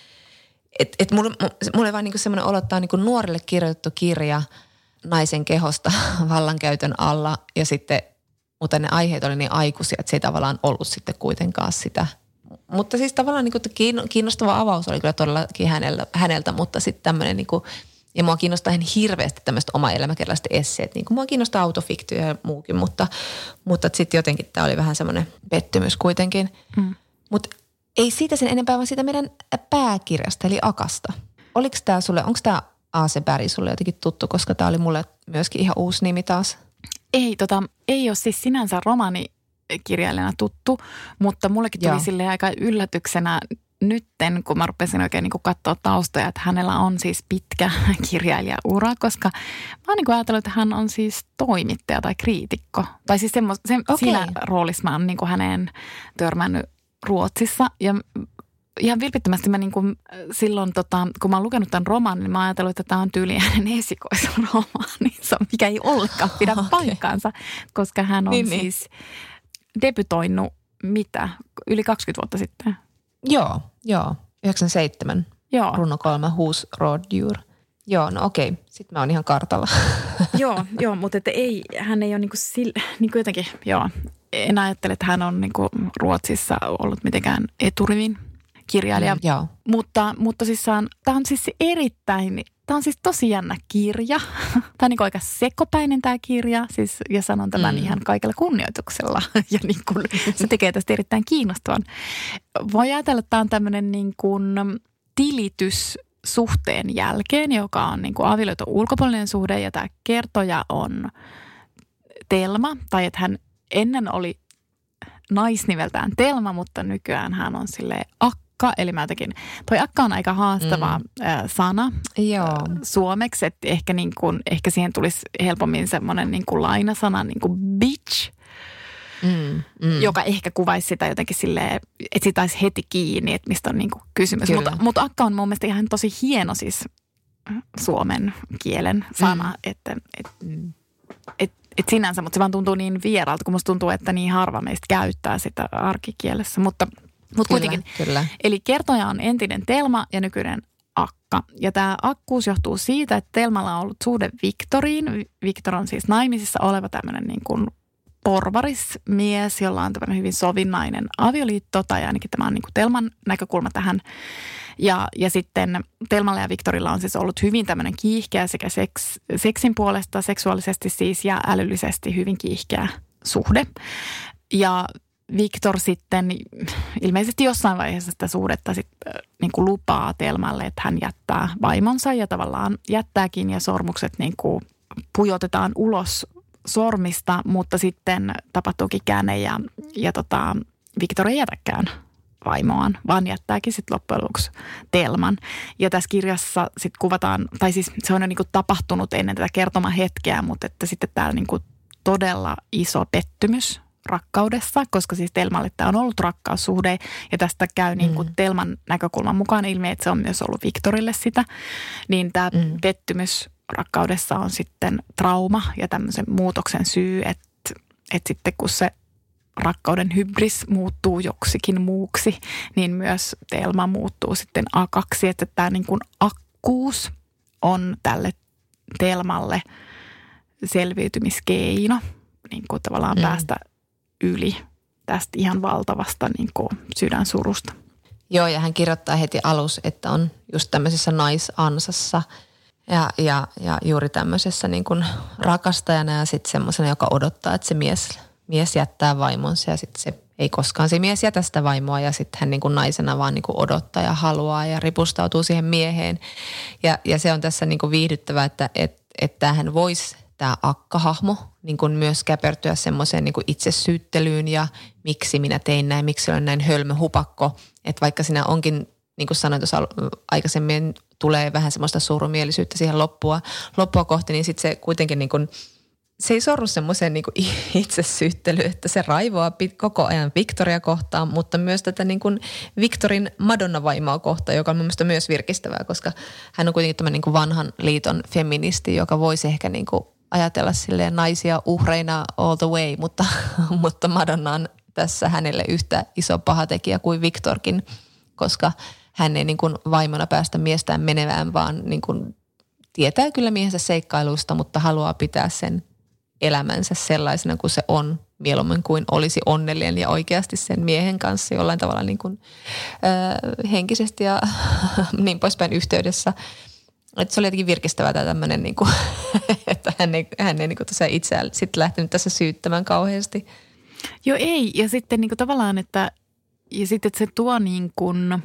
mulle vaan niin semmoinen olottaa niin nuorille kirjoitettu kirja naisen kehosta vallankäytön alla ja sitten, mutta ne aiheet oli niin aikuisia, että se ei tavallaan ollut sitten kuitenkaan sitä. Mutta siis tavallaan niin kiinnostava avaus oli kyllä todellakin häneltä, mutta sitten tämmöinen niin kuin, ja mua kiinnostaa hirveästi tämmöistä oma elämäkerrallista esseet, niin kuin mua kiinnostaa autofiktio ja muukin, mutta sitten jotenkin tämä oli vähän semmoinen pettymys kuitenkin. Mutta ei siitä sen enempää, vaan siitä meidän pääkirjasta, eli Akasta. Oliko tämä sulle, onko tämä A.C. Berg sulle jotenkin tuttu, koska tämä oli mulle myöskin ihan uusi nimi taas?
Ei ole siis sinänsä romaanikirjailijana tuttu, mutta mullekin tuli silleen aika yllätyksenä nytten, kun mä rupesin oikein niin kuin katsoa taustoja, että hänellä on siis pitkä kirjailijaura, koska mä oon niin kuin ajatellut, että hän on siis toimittaja tai kriitikko. Tai siis siinä roolissa mä oon niin kuin häneen törmännyt Ruotsissa ja ihan vilpittömästi mä niin kuin silloin, kun mä oon lukenut tämän romaanin, niin mä oon ajatellut, että tämä on tyyliin hänen esikoisromaaninsa, mikä ei ollenkaan pidä paikkaansa, koska hän on siis debytoinut yli 20 vuotta sitten.
Joo, 97. Joo. Runo 3, Hus Rådjur. Joo, no okei. Sitten mä oon ihan kartalla.
Joo, mutta hän ei ole niinku jotenkin, en ajattele, että hän on niinku Ruotsissa ollut mitenkään eturivin kirjailija.
Joo.
Mutta siis tämä on siis tämä on siis tosi jännä kirja. Tämä on niin aika sekopäinen tämä kirja, siis, ja sanon tämän ihan kaikella kunnioituksella. Ja niin kuin, se tekee tästä erittäin kiinnostavan. Voi ajatella, että tämä on tämmöinen niin kuin tilitys suhteen jälkeen, joka on niin kuin avioliiton ulkopuolinen suhde, ja tämä kertoja on Telma, tai että hän ennen oli naisnimeltään Telma, mutta nykyään hän on silleen Akka. Toi akka on aika haastava sana suomeksi, että ehkä siihen tulisi helpommin semmoinen niin kuin lainasana niin kuin bitch, joka ehkä kuvaisi sitä jotenkin silleen, että siitä taisi heti kiinni, että mistä on niin kuin kysymys. Mutta akka on mun mielestä ihan tosi hieno siis suomen kielen sana, että sinänsä, mutta se vaan tuntuu niin vieraalta, kun musta tuntuu, että niin harva meistä käyttää sitä arkikielessä, mutta kuitenkin.
Kyllä.
Eli kertoja on entinen Telma ja nykyinen Akka. Ja tämä akkuus johtuu siitä, että Telmalla on ollut suhde Victoriin. Victor on siis naimisissa oleva tämmöinen niin kuin porvarismies, jolla on tämmöinen hyvin sovinnainen avioliitto, tai ainakin tämä on niin kuin Thelman näkökulma tähän. Ja sitten Thelmalla ja Victorilla on siis ollut hyvin tämmöinen kiihkeä sekä seksin puolesta, seksuaalisesti siis ja älyllisesti hyvin kiihkeä suhde. Ja Victor sitten ilmeisesti jossain vaiheessa sitä suhdetta sitten niin kuin lupaa Thelmalle, että hän jättää vaimonsa ja tavallaan jättääkin ja sormukset niin kuin pujotetaan ulos sormista, mutta sitten tapahtuukin käänne ja Victor ei jätäkään vaimoaan, vaan jättääkin sitten loppujen lopuksi Thelman. Ja tässä kirjassa sitten kuvataan, tai siis se on jo niin kuin tapahtunut ennen tätä kertomahetkeä, mutta että sitten tämä niin kuin todella iso pettymys rakkaudessa, koska siis Thelmalle tämä on ollut rakkaussuhde ja tästä käy niin kuin Thelman näkökulman mukaan ilmi, että se on myös ollut Victorille sitä, niin tämä pettymys rakkaudessa on sitten trauma ja tämmöisen muutoksen syy, että sitten kun se rakkauden hybris muuttuu joksikin muuksi, niin myös Thelma muuttuu sitten akaksi, että tämä niin kuin akkuus on tälle Thelmalle selviytymiskeino, niin kuin tavallaan päästä yli tästä ihan valtavasta niin kuin sydänsurusta.
Joo, ja hän kirjoittaa heti alussa, että on just tämmöisessä naisansassa ja juuri tämmöisessä niin kuin rakastajana ja sitten semmoisena, joka odottaa, että se mies jättää vaimonsa ja sitten se ei koskaan se mies jätä sitä vaimoa ja sitten hän niin kuin naisena vaan niin kuin odottaa ja haluaa ja ripustautuu siihen mieheen. Ja se on tässä niin kuin viihdyttävää, että hän voisi tämä akkahahmo niin kuin myös käpertyä semmoiseen niin kuin itsesyyttelyyn ja miksi minä tein näin, miksi olen näin hölmöhupakko. Että vaikka siinä onkin, niin kuin sanoin tuossa aikaisemmin, tulee vähän semmoista surumielisyyttä siihen loppua kohti, niin sitten se kuitenkin niin kuin, se ei sorru semmoiseen niin kuin itsesyyttelyyn, että se raivoaa koko ajan Victoria kohtaan, mutta myös tätä niin kuin Victorin Madonna-vaimoa kohtaan, joka on mun mielestä myös virkistävää, koska hän on kuitenkin tämän niin kuin vanhan liiton feministi, joka voisi ehkä niin kuin ajatella silleen naisia uhreina all the way, mutta Madonna on tässä hänelle yhtä iso pahatekijä kuin Victorkin, koska hän ei niin kuin vaimona päästä miestään menevään, vaan niin kuin tietää kyllä miehensä seikkailuista, mutta haluaa pitää sen elämänsä sellaisena kuin se on, mieluummin kuin olisi onnellinen ja oikeasti sen miehen kanssa jollain tavalla niin kuin, henkisesti ja niin poispäin yhteydessä. Että se oli jotenkin virkistävää tämä tämmöinen, niin kuin, että hän ei niin kuin tosiaan itseään sitten lähtenyt tässä syyttämään kauheasti.
Joo ei, ja sitten niin kuin tavallaan, että se tuo niin kuin,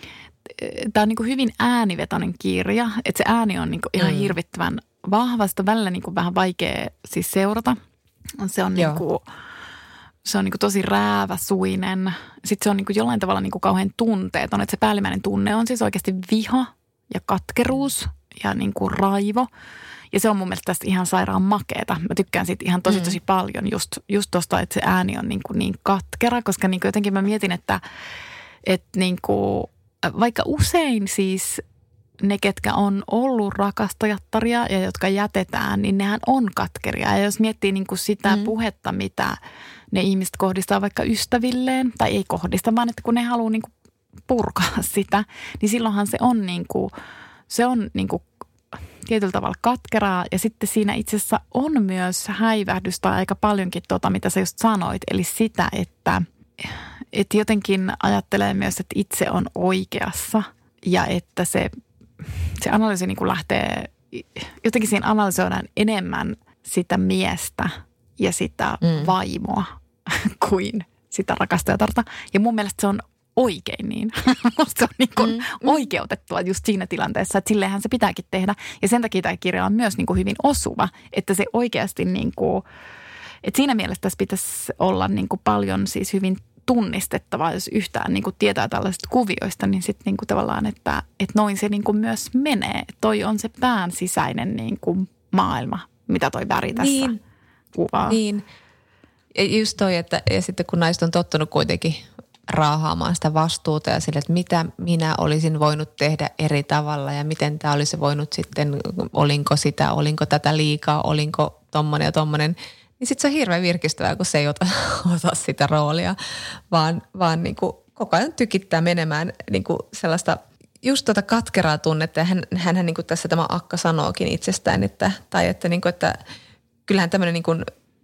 tämä on niin kuin hyvin äänivetoinen kirja, että se ääni on niin kuin ihan hirvittävän vahvasta, välillä niin kuin vähän vaikea siis seurata. Se on niin kuin, se on niin kuin tosi rääväsuinen. Sitten se on niin kuin jollain tavalla niin kuin kauhean tunteeton, että se päällimmäinen tunne on siis oikeasti viha ja katkeruus ja niin kuin raivo. Ja se on mun mielestä tästä ihan sairaan makeeta. Mä tykkään siitä ihan tosi paljon just tosta, että se ääni on niin katkera, koska niin kuin jotenkin mä mietin, että niin kuin, vaikka usein siis ne, ketkä on ollut rakastajattaria ja jotka jätetään, niin nehän on katkeria. Ja jos miettii niin kuin sitä puhetta, mitä ne ihmiset kohdistaa vaikka ystävilleen, tai ei kohdista, vaan että kun ne haluaa niin kuin purkaa sitä, niin silloinhan se on niin kuin tietyllä tavalla katkeraa. Ja sitten siinä itse asiassa on myös häivähdystä aika paljonkin mitä sä just sanoit. Eli sitä, että jotenkin ajattelee myös, että itse on oikeassa ja että se analyysi niin kuin lähtee, jotenkin siinä analysoidaan enemmän sitä miestä ja sitä vaimoa kuin sitä rakastajatarta. Ja mun mielestä se on oikein niin. Se on niin kuin oikeutettua just siinä tilanteessa, että silleenhän se pitääkin tehdä. Ja sen takia tämä kirja on myös niin kuin hyvin osuva, että se oikeasti niin kuin, että siinä mielessä tässä pitäisi olla niin kuin paljon siis hyvin tunnistettavaa, jos yhtään niin kuin tietää tällaisista kuvioista, niin sitten niin kuin tavallaan, että noin se niin kuin myös menee. Toi on se pään sisäinen niin kuin maailma, mitä toi väri tässä kuvaa. Niin,
ja just toi, että ja sitten kun naiset on tottunut kuitenkin raahaamaan sitä vastuuta ja sille, että mitä minä olisin voinut tehdä eri tavalla ja miten tämä olisi voinut sitten, olinko tätä liikaa, olinko tommonen ja tommonen. Niin sitten se on hirveän virkistävää, kun se ei ota sitä roolia, vaan niin kuin koko ajan tykittää menemään niin kuin sellaista just katkeraa tunnetta. Ja hänhän niin kuin tässä tämä Akka sanookin itsestään, että kyllähän tämmöinen niin kuin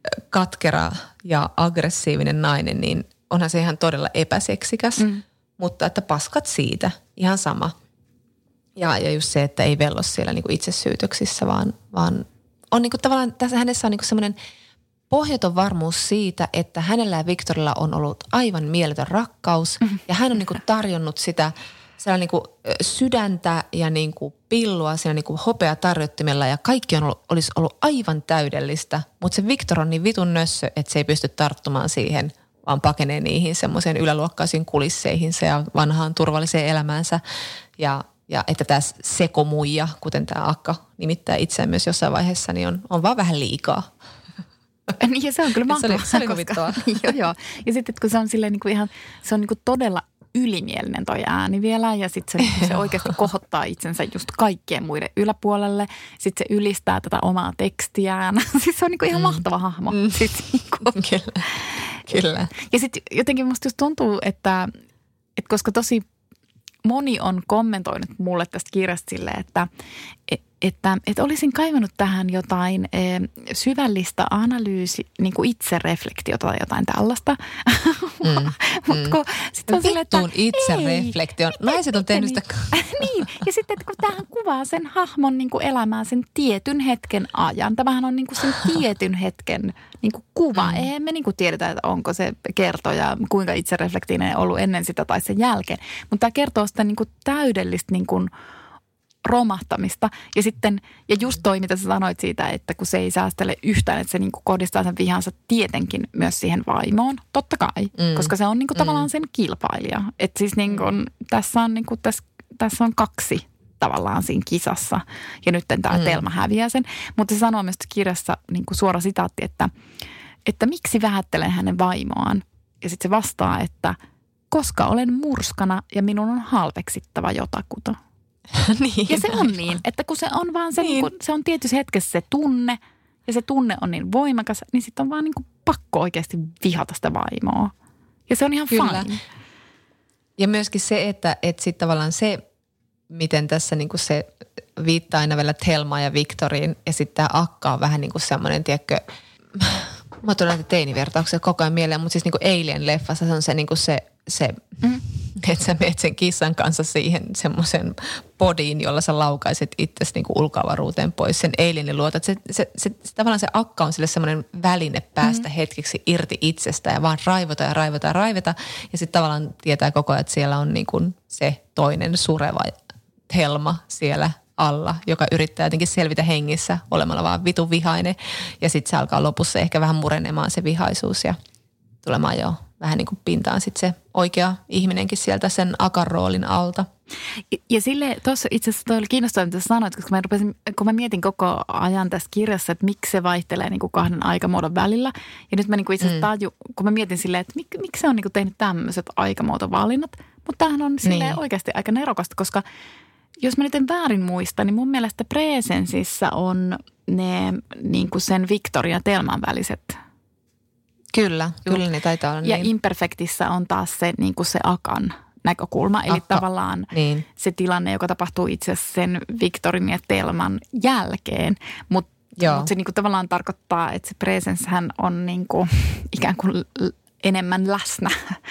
katkera ja aggressiivinen nainen, niin onhan se ihan todella epäseksikäs, mutta että paskat siitä, ihan sama. Ja just se, että ei vello siellä niinku itsesyytöksissä, vaan on niinku tavallaan, tässä hänessä on niinku semmoinen pohjaton varmuus siitä, että hänellä ja Victorilla on ollut aivan mieletön rakkaus ja hän on niinku tarjonnut sitä niinku sydäntä ja niinku pillua siinä niinku hopeatarjottimella ja kaikki olisi ollut aivan täydellistä, mutta se Victor on niin vitun nössö, että se ei pysty tarttumaan siihen, vaan pakenee niihin semmoiseen yläluokkaisiin kulisseihinsa ja vanhaan turvalliseen elämäänsä ja että tämä sekomuija, kuten tämä Akka nimittää itseään myös jossain vaiheessa, niin on vaan vähän liikaa.
Niin ja se on kyllä mahtavaa.
Se oli huvittavaa.
Joo. Ja sitten kun se on silleen niinku ihan, se on niinku todella ylimielinen toi ääni vielä ja sitten se oikeasti kohottaa itsensä just kaikkien muiden yläpuolelle. Sitten se ylistää tätä omaa tekstiään. Siis se on niinku ihan mahtava hahmo.
Kyllä.
Ja sitten jotenkin musta just tuntuu, että koska tosi moni on kommentoinut mulle tästä kirjasta silleen, että olisin kaivannut tähän jotain syvällistä niin kuin itsereflektiota tai jotain tällaista.
Vittuun itsereflektio. Naiset on tehnyt sitä.
Niin, ja sitten että kun tämähän kuvaa sen hahmon niin kuin elämää sen tietyn hetken ajan. Tämähän on niin kuin sen tietyn hetken niin kuin kuva. Eihän me niin kuin tiedetä, että onko se kertoja, kuinka itsereflektinen ollut ennen sitä tai sen jälkeen. Mutta tämä kertoo sitä niin kuin täydellistä niin kuin romahtamista. Ja sitten, ja just toi, mitä sä sanoit siitä, että kun se ei säästele yhtään, että se niinku kohdistaa sen vihansa tietenkin myös siihen vaimoon. Totta kai, koska se on niinku tavallaan sen kilpailija. Että siis niinku, tässä on kaksi tavallaan siinä kisassa. Ja nyt tämä Telma häviää sen. Mutta se sanoo myös kirjassa niinku suora sitaatti, että miksi vähättelen hänen vaimoaan. Ja sitten se vastaa, että koska olen murskana ja minun on halveksittava jotakuta.
Niin,
ja se on niin, että kun se on vaan se, niin. Se on tietyssä hetkessä se tunne ja se tunne on niin voimakas, niin sitten on vaan niin kuin pakko oikeasti vihata sitä vaimoa. Ja se on ihan fine.
Ja myöskin se, että sitten tavallaan se, miten tässä niin kuin se viittaa aina vielä Thelmaan ja Victoriin ja sitten tämä Akka on vähän niin kuin semmoinen, tiedätkö, mä tulen näitä teinivertauksia koko ajan mieleen, mutta siis niin kuin Alien-leffassa se on se niin kuin se että sä meet sen kissan kanssa siihen semmoisen podiin, jolla sä laukaiset itsesi niin kuin ulkoavaruuteen pois sen alienin luota. Se tavallaan se Akka on sille semmoinen väline päästä hetkeksi irti itsestä ja vaan raivota. Ja sitten tavallaan tietää koko ajan, että siellä on niin kuin se toinen sureva Thelma siellä alla, joka yrittää jotenkin selvitä hengissä olemalla vaan vitun vihainen. Ja sitten se alkaa lopussa ehkä vähän murenemaan se vihaisuus ja tulemaan jo vähän niin kuin pintaan sitten se oikea ihminenkin sieltä sen Akan roolin alta.
Ja sille tuossa itse asiassa toi oli kiinnostavaa, mitä sä sanoit, koska kun mä mietin koko ajan tässä kirjassa, että miksi se vaihtelee niin kuin kahden aikamuodon välillä. Ja nyt mä niin kuin itse asiassa kun mä mietin silleen, että miksi se on niin kuin tehnyt tämmöiset aikamuotovalinnat. Mutta tämähän on silleen oikeasti aika nerokasta, koska jos mä nyt en väärin muista, niin mun mielestä Presensissä on ne niin kuin sen Victoria ja Thelman väliset.
Kyllä ne taitaa olla niin.
Ja Imperfectissä on taas se, niin kuin se Akan näkökulma. Eli tavallaan se tilanne, joka tapahtuu itse asiassa sen Victorin ja Thelman jälkeen. Mutta se niin kuin tavallaan tarkoittaa, että se presenshän on niin kuin ikään kuin enemmän läsnä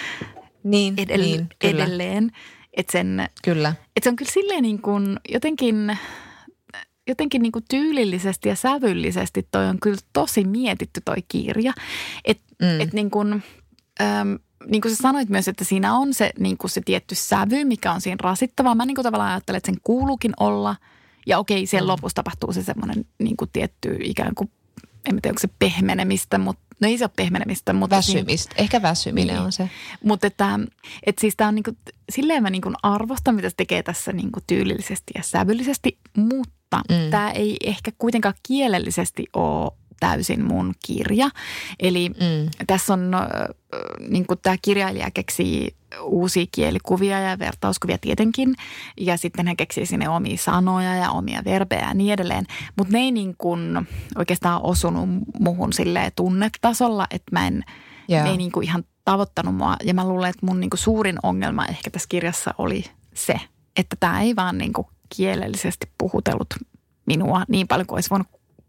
edelleen. Että se on kyllä silleen niin kuin jotenkin niin kuin tyylillisesti ja sävyllisesti toi on kyllä tosi mietitty toi kirja. Että niin kuin sä sanoit myös, että siinä on se, niin kuin se tietty sävy, mikä on siinä rasittavaa. Mä niin kuin tavallaan ajattelen, että sen kuuluukin olla. Ja okei, siellä lopussa tapahtuu se semmoinen niin kuin tietty ikään kuin, en tiedä onko se pehmenemistä, mutta no ei se ole pehmenemistä. Mutta
väsymistä. Ehkä väsyminen on se.
Mutta että siis tämä on niin kuin, silleen mä niin kuin arvostan, mitä se tekee tässä niin kuin tyylillisesti ja sävyllisesti, mutta tämä ei ehkä kuitenkaan kielellisesti ole täysin mun kirja. Eli tässä on, niin kuin tämä kirjailija keksii uusia kielikuvia ja vertauskuvia tietenkin. Ja sitten hän keksii sinne omia sanoja ja omia verbejä ja niin edelleen. Mutta ne ei niin kuin oikeastaan osunut muhun silleen tunnetasolla, että ne ei niin kuin ihan tavoittanut mua. Ja mä luulen, että mun niin kuin suurin ongelma ehkä tässä kirjassa oli se, että tämä ei vaan niin kuin kielellisesti puhutellut minua niin paljon kuin olisi voinut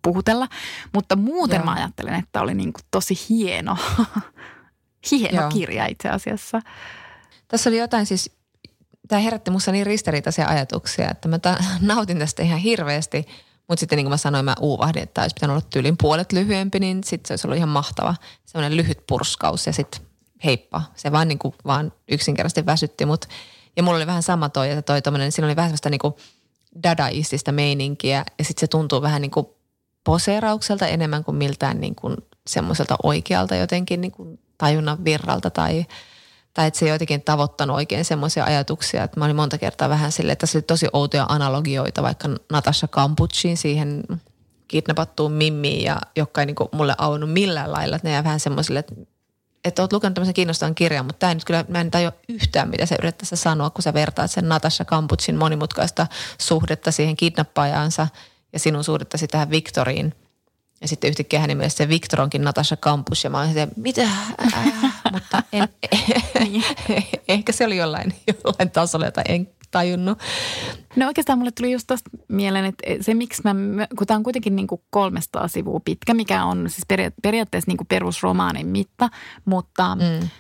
puhutella. Mutta muuten mä ajattelen, että oli niin kuin tosi hieno kirja itse asiassa.
Tässä oli jotain siis, tämä herätti musta niin ristiriitaisia ajatuksia, että mä nautin tästä ihan hirveästi. Mutta sitten niin kuin mä sanoin, mä uuvahdin, että olisi pitänyt olla tyylin puolet lyhyempi, niin sitten se olisi ollut ihan mahtava. Semmoinen lyhyt purskaus ja sitten heippa. Se vaan niin kuin vaan yksinkertaisesti väsytti mut. Ja mulla oli vähän sama että toi tommoinen, siinä oli vähän semmoista niin kuin dadaistista meininkiä. Ja sitten se tuntuu vähän niin kuin poseeraukselta enemmän kuin miltään niin kuin semmoiselta oikealta jotenkin niin kuin tajunnan virralta tai että se ei jotenkin tavoittanut oikein semmoisia ajatuksia, että mä olin monta kertaa vähän silleen, että tässä oli tosi outoja analogioita vaikka Natasha Campucciin siihen kidnappattuun mimmiin ja jotka ei niinku mulle auennut millään lailla, että ne jää vähän semmoisille, että oot lukenut tämmöisen kiinnostavan kirjan, mutta tämä ei nyt kyllä, mä en tajua yhtään, mitä se yrittäisi sanoa, kun sä vertaat sen Natasha Campuccin monimutkaista suhdetta siihen kidnappaajaansa ja sinun suhdettasi tähän Victoriin. Ja sitten yhtäkkiä hänen mielestä se Victor onkin Natasha Campus ja mä olin sitten, mitä? Mutta ehkä se oli jollain tasolla, jota en tajunnut.
No oikeastaan mulle tuli just tosta mieleen, että se miksi kun tämä on kuitenkin niin kuin 300 sivua pitkä, mikä on siis periaatteessa niin kuin perusromaanin mitta, mutta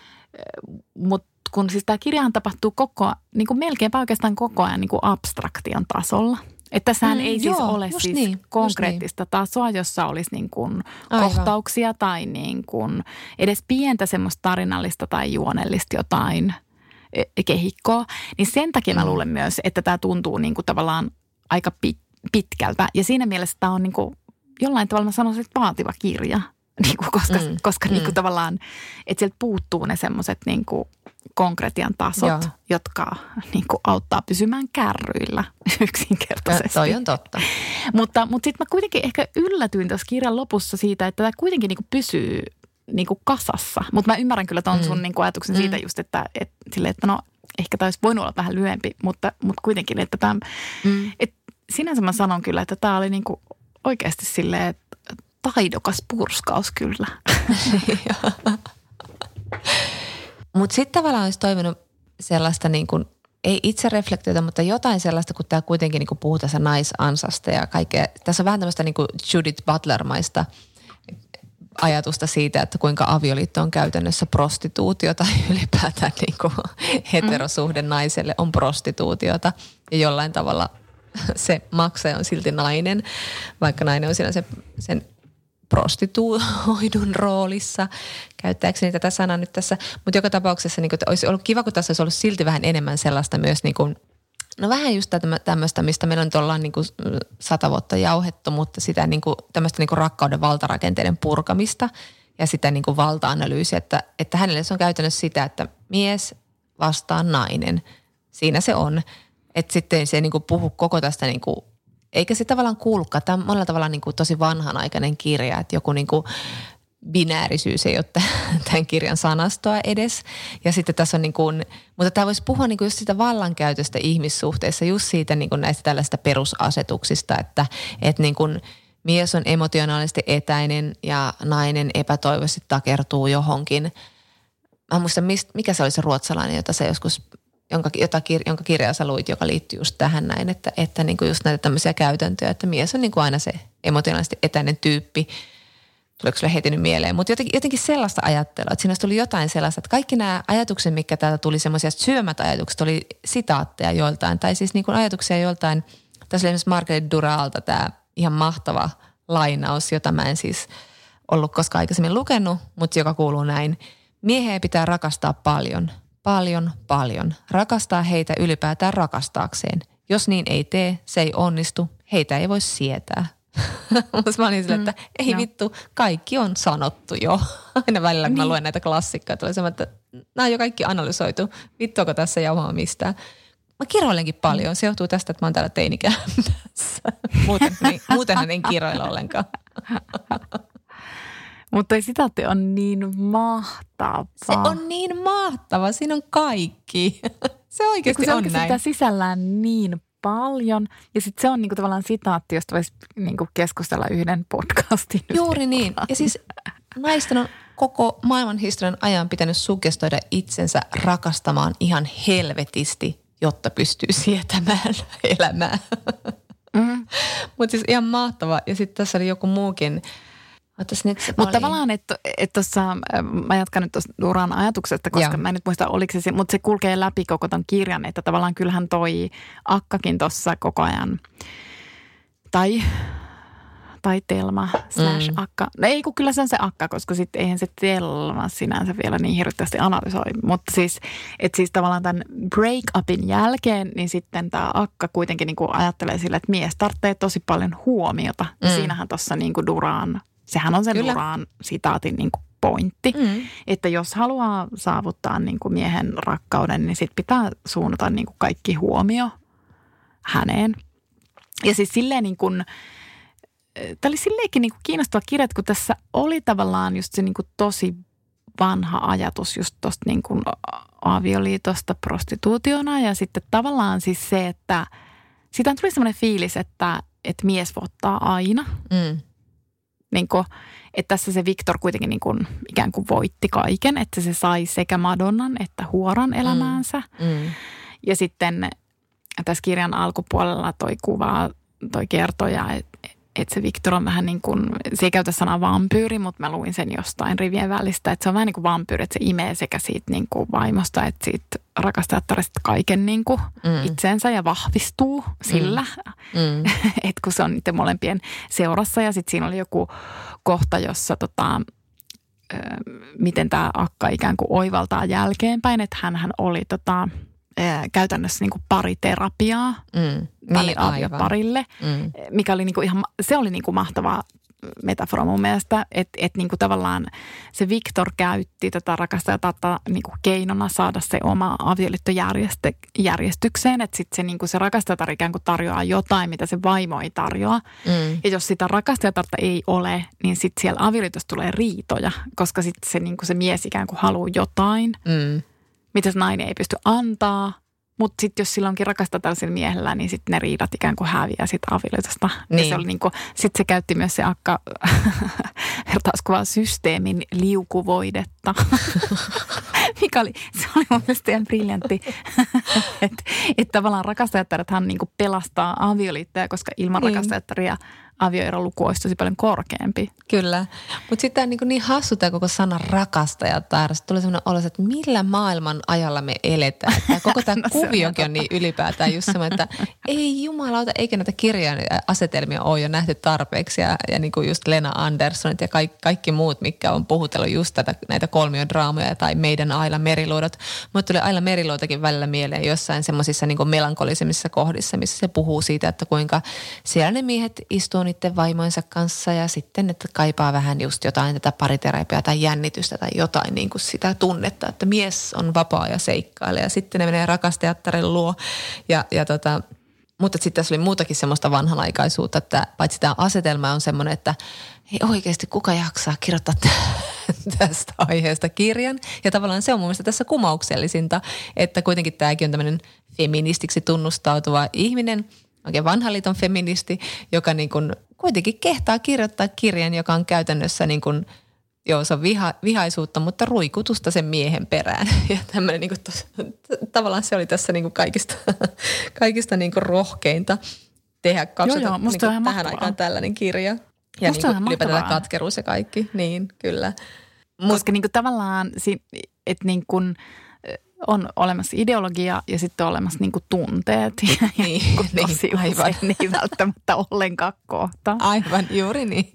kun siis tämä kirjahan tapahtuu niin kuin melkeinpä oikeastaan koko ajan niin kuin abstraktion tasolla. Että tässähän ei siis ole siis niin, konkreettista tasoa, jossa olisi niin kuin kohtauksia tai niin kuin edes pientä semmoista tarinallista tai juonellista jotain kehikkoa. Niin sen takia mä luulen myös, että tämä tuntuu niin kuin tavallaan aika pitkältä. Ja siinä mielessä tämä on niin kuin jollain tavalla mä sanoisin, että vaativa kirja. Niin kuin koska niin kuin tavallaan, että sieltä puuttuu ne semmoiset niin kuin konkretian tasot, jotka niin kuin auttaa pysymään kärryillä yksinkertaisesti.
Toi on totta.
Mutta sitten mä kuitenkin ehkä yllätyin tuossa kirjan lopussa siitä, että tämä kuitenkin niin kuin pysyy niin kuin kasassa. Mutta mä ymmärrän kyllä ton sun niin kuin ajatuksen siitä just, että no ehkä tämä olisi voinut olla vähän lyhyempi, mutta kuitenkin, että tämä, että sinänsä mä sanon kyllä, että tämä oli niin kuin oikeasti silleen, että taidokas purskaus kyllä.
Mutta sitten tavallaan olisi toivonut sellaista niin kuin, ei itse reflektiota, mutta jotain sellaista, kun tämä kuitenkin niin kuin puhuu tässä naisansasta ja kaikkea. Tässä on vähän tämmöistä niin kuin Judith Butler-maista ajatusta siitä, että kuinka avioliitto on käytännössä prostituutiota ja ylipäätään niin kuin heterosuhde naiselle on prostituutiota ja jollain tavalla se maksaja on silti nainen, vaikka nainen on siinä sen prostituoidun roolissa, käyttääkseni tätä sanaa nyt tässä. Mutta joka tapauksessa niin että olisi ollut kiva, kun tässä olisi ollut silti vähän enemmän sellaista myös, niin kuin, no vähän just tämmöistä, mistä meillä nyt ollaan niin kuin 100 vuotta jauhettu, mutta sitä niin kuin, tämmöistä niin kuin rakkauden valtarakenteiden purkamista ja sitä niin kuin valta-analyysiä, että hänelle se on käytännössä sitä, että mies vastaan nainen. Siinä se on. Että sitten se ei niin kuin puhu koko tästä niin kuin eikä se tavallaan kuulukaan. Tämä on monella tavalla niin kuin tosi vanhanaikainen kirja, että joku niin kuin binäärisyys ei ole tämän kirjan sanastoa edes. Ja sitten tässä on niin kuin, mutta tämä voisi puhua niin kuin just sitä vallankäytöstä ihmissuhteissa, just siitä niin kuin näistä tällaista perusasetuksista, että niin kuin mies on emotionaalisesti etäinen ja nainen epätoivoisesti takertuu johonkin. Mä muistan, mikä se oli se ruotsalainen, jota se joskus jonka kirjaa sä luit, joka liittyy just tähän näin, että niin kuin just näitä tämmöisiä käytäntöjä, että mies on niin kuin aina se emotionaalisesti etäinen tyyppi. Tuleeko sulle heti nyt mieleen? Mutta jotenkin sellaista ajattelua, että siinä tuli jotain sellaista, että kaikki nämä ajatukset, mitkä täältä tuli semmoisia syömät ajatukset, oli sitaatteja joiltain, tai siis niin kuin ajatuksia joiltain. Tässä oli esimerkiksi Margaret Duralta tämä ihan mahtava lainaus, jota mä en siis ollut koskaan aikaisemmin lukenut, mutta joka kuuluu näin. Miehiä pitää rakastaa paljon. Paljon, paljon. Rakastaa heitä ylipäätään rakastaakseen. Jos niin ei tee, se ei onnistu. Heitä ei voi sietää. Mutta mä olin sille, että ei vittu, kaikki on sanottu jo. Aina välillä, kun mä luen näitä klassikkoja, tulee semmoinen, että nämä on jo kaikki analysoitu. Vittuako tässä jauhaa mistään? Mä kiroilenkin paljon. Se johtuu tästä, että mä oon täällä teinikämpässä. Muutenhan en kiroilla ollenkaan.
Mutta sitaatti on niin mahtava.
Se on niin mahtava. Siinä on kaikki. Se oikeasti on näin.
Sitä sisällään niin paljon. Ja sitten se on niinku tavallaan sitaatti, josta voisi niinku keskustella yhden podcastin.
Juuri niin. Ja siis naisten on koko maailman historian ajan pitänyt suggestoida itsensä rakastamaan ihan helvetisti, jotta pystyy sietämään elämää. Mutta siis ihan mahtava. Ja sitten tässä oli joku muukin.
Mutta tavallaan, että tuossa, mä jatkan nyt tuosta Duran ajatuksesta, koska mä en nyt muista, oliko se, mutta se kulkee läpi koko ton kirjan, että tavallaan kyllähän toi Akkakin tuossa koko ajan, tai Telma / Akka. No ei, kun kyllä se on se Akka, koska sitten eihän se Telma sinänsä vielä niin hirveästi analysoi. Mutta siis, että siis tavallaan tämän break-upin jälkeen, niin sitten tämä Akka kuitenkin niin kuin ajattelee sillä, että mies tarvitsee tosi paljon huomiota. Ja siinähän tuossa niin kuin Duran, sehän on sen Duran sitaatin niin kuin pointti. Että jos haluaa saavuttaa niin kuin miehen rakkauden, niin sitten pitää suunnata niin kuin kaikki huomio häneen. Ja siis silleen niin kuin tämä oli silleenkin niin kuin kiinnostava kirja, kun tässä oli tavallaan just se niin kuin tosi vanha ajatus just tuosta niin kuin avioliitosta prostituutiona ja sitten tavallaan siis se, että siitä tuli semmoinen fiilis, että mies voittaa aina. Niin kuin, että tässä se Victor kuitenkin niin kuin ikään kuin voitti kaiken, että se sai sekä Madonnan että Huoran elämäänsä. Ja sitten tässä kirjan alkupuolella toi kertoja, että se Victor on vähän niin kuin, se ei käytä sanaa vampyyri, mutta mä luin sen jostain rivien välistä, että se on vähän niin kuin vampyyri, että se imee sekä siitä niin kuin vaimosta, että siitä rakastajattaresta kaiken niin kuin itseensä ja vahvistuu sillä, että kun se on niiden molempien seurassa ja sitten siinä oli joku kohta, jossa miten tämä Akka ikään kuin oivaltaa jälkeenpäin, että hänhän oli käytännössä niin kuin pariterapiaa tälle avioparille, mikä oli niin kuin ihan, se oli niin kuin mahtava metafora mun mielestä, että niin kuin tavallaan se Victor käytti tätä rakastajatarta niin kuin keinona saada se oma avioliittojärjestykseen, että sitten se, niin kuin se rakastajatar ikään kuin tarjoaa jotain, mitä se vaimo ei tarjoa. Ja jos sitä rakastajatarta ei ole, niin sitten siellä avioliitossa tulee riitoja, koska sitten se, niin kuin se mies ikään kuin haluaa jotain. Mitä se nainen ei pysty antaa. Mutta sitten jos sillä onkin rakasta sillä miehellä, niin sitten ne riidat ikään kuin häviää siitä avioliitosta. Niin. Se oli niinku, sitten se käytti myös se Akka vertauskuvaa systeemin liukuvoidetta. Mikä oli, se oli mun mielestä ihan briljantti. Että tavallaan rakastajattarethan niinku pelastaa avioliittoja, koska ilman rakastajattaria avioeroluku olisi tosi paljon korkeampi.
Kyllä, mutta sitten niin hassu tämä koko sana rakastajatar. Sitten tulee sellainen olo, että millä maailman ajalla me eletään. Tämä koko tämä kuviokin on niin ylipäätään just semmoinen, että ei jumalauta, eikä näitä kirjan asetelmia ole jo nähty tarpeeksi. Ja niin kuin just Lena Anderssonit ja kaikki muut, mitkä on puhutellut just näitä kolmiodraamoja tai meidän Aila Meriluodot. Mutta tulee Aila Meriluotakin välillä mieleen jossain semmoisissa niin kuin melankolisemmissa kohdissa, missä se puhuu siitä, että kuinka siellä ne miehet istuu niiden vaimoinsa kanssa ja sitten, että kaipaa vähän just jotain tätä pariterapiaa tai jännitystä tai jotain niin kuin sitä tunnetta, että mies on vapaa ja seikkailee ja sitten ne menee rakastajattaren luo mutta sitten tässä oli muutakin semmoista vanhanaikaisuutta, että paitsi tämä asetelma on semmoinen, että ei oikeasti kuka jaksaa kirjoittaa tästä aiheesta kirjan. Ja tavallaan se on mun mielestä tässä kumouksellisinta, että kuitenkin tämäkin on tämmöinen feministiksi tunnustautuva ihminen, oikein vanhan liiton feministi, joka niin kuin kuitenkin kehtaa kirjoittaa kirjan, joka on käytännössä niin kuin, joo se on vihaisuutta, mutta ruikutusta sen miehen perään. Ja tämmöinen niin kuin tavallaan se oli tässä niin kuin kaikista niin kuin rohkeinta tehdä niin kuin tähän aikaan tällainen kirja. Ja niin kuin ylipäätään katkeruus ja kaikki, niin kyllä.
Koska niin kuin tavallaan, että niin kuin on olemassa ideologia ja sitten on olemassa niinku tunteet. Niin, tosi usein ne ei välttämättä ollenkaan kohta.
Aivan, juuri niin.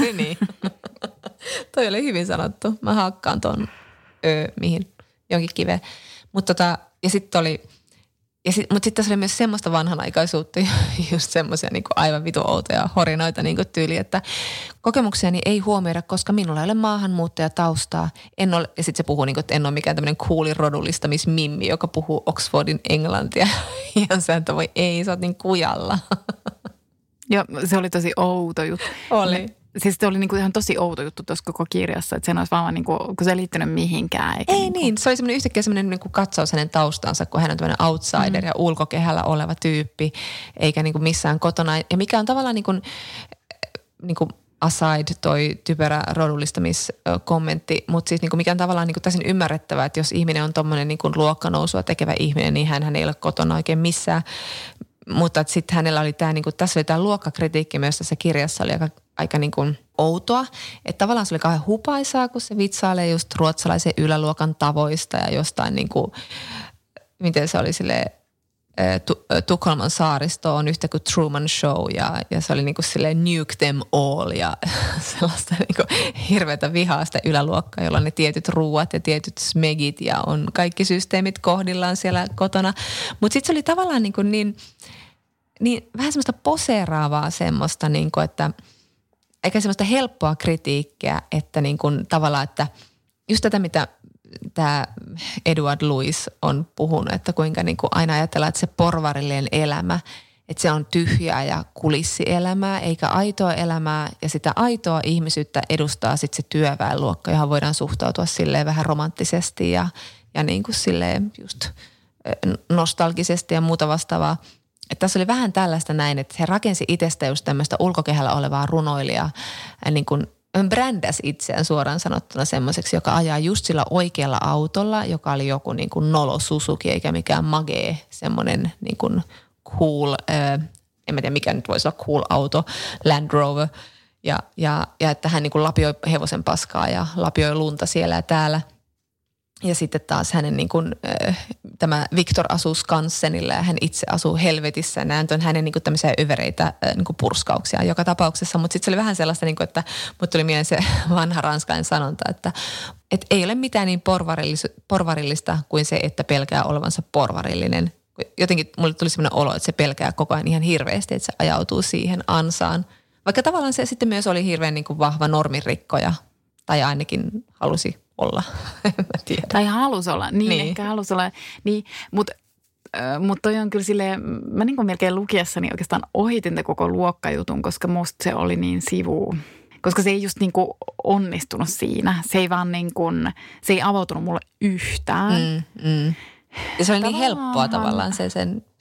Toi oli hyvin sanottu. Mä hakkaan ton mihin jonkin kiveen. Mutta ja sitten oli, mutta sitten tässä oli myös semmoista vanhanaikaisuutta, just semmoisia niinku aivan vitu outoja horinoita niinku tyyli, että kokemuksiani ei huomioida, koska minulla ei ole maahanmuuttajataustaa. Ja sitten se puhuu, niinku, että en ole mikään tämmöinen cooli rodullistamismimmi, joka puhuu Oxfordin englantia. Ja sä että voi ei, sä oot niin kujalla.
Ja se oli tosi outo juttu.
Oli.
Siis se oli niinku ihan tosi outo juttu tuossa koko kirjassa, että sen olisi vaan niinku, kun se ei liittynyt mihinkään.
Ei niinku. Niin, se oli semmoinen yhtäkkiä semmoinen niinku katsaus hänen taustansa, kun hän on tämmöinen outsider ja ulkokehällä oleva tyyppi, eikä niinku missään kotona. Ja mikä on tavallaan niinku aside toi typerä rodullistamiskommentti, mutta siis niinku mikä on tavallaan niinku täysin ymmärrettävää, että jos ihminen on tommoinen niinku luokkanousua tekevä ihminen, niin hän ei ole kotona oikein Mutta sitten hänellä oli tämä, niin kuin, tässä oli tämä luokkakritiikki myös tässä kirjassa, oli aika niin kuin outoa. Että tavallaan se oli kauhean hupaisaa, kun se vitsailee just ruotsalaisen yläluokan tavoista ja jostain niin kuin, miten se oli silleen, Tukholman saaristo on yhtä kuin Truman Show ja se oli niin kuin silleen nuke them all ja sellaista niin kuin hirveätä vihaa sitä yläluokkaa, jolla on ne tietyt ruuat ja tietyt smegit ja on kaikki systeemit kohdillaan siellä kotona. Mutta sitten se oli tavallaan niin vähän semmoista poseeraavaa semmoista, niin kuin, että eikä semmoista helppoa kritiikkiä, että niin kuin tavallaan, että just tätä mitä tämä Edward Louis on puhunut, että kuinka niin kuin aina ajatellaan, että se porvarillinen elämä, että se on tyhjää ja kulissielämää eikä aitoa elämää ja sitä aitoa ihmisyyttä edustaa sitten se työväenluokka, johon voidaan suhtautua silleen vähän romanttisesti ja niin kuin silleen just nostalgisesti ja muuta vastaavaa. Että tässä oli vähän tällaista näin, että he rakensi itsestä just tämmöistä ulkokehällä olevaa runoilijaa niin kuin brändäsi itseään suoraan sanottuna semmoiseksi, joka ajaa just sillä oikealla autolla, joka oli joku niin kuin nolo Suzuki eikä mikään magee, semmoinen niin kuin cool, en mä tiedä mikä nyt voisi olla cool auto, Land Rover. Ja että hän niin kuin lapioi hevosen paskaa ja lapioi lunta siellä ja täällä. Ja sitten taas hänen niin kuin, tämä Victor asuu Skansenilla ja hän itse asuu helvetissä. Ja nämä on hänen niin kuin tämmöisiä övereitä niin kuin purskauksia joka tapauksessa. Mutta sitten se oli vähän sellaista, niin kuin, että mut tuli mieleen se vanha ranskalainen sanonta, että ei ole mitään niin porvarillista kuin se, että pelkää olevansa porvarillinen. Jotenkin mulle tuli sellainen olo, että se pelkää koko ajan ihan hirveästi, että se ajautuu siihen ansaan. Vaikka tavallaan se sitten myös oli hirveän niin kuin vahva norminrikkoja tai ainakin halusi olla, en mä tiedä.
Tai halus olla, niin. Ehkä halus olla. Niin, mutta toi on kyllä silleen, mä niin kuin melkein lukiessani oikeastaan ohitin koko luokkajutun, koska musta se oli niin sivu. Koska se ei just niin kuin onnistunut siinä. Se ei vaan niin kuin, se ei avautunut mulle yhtään.
Ja se oli niin helppoa tavallaan se.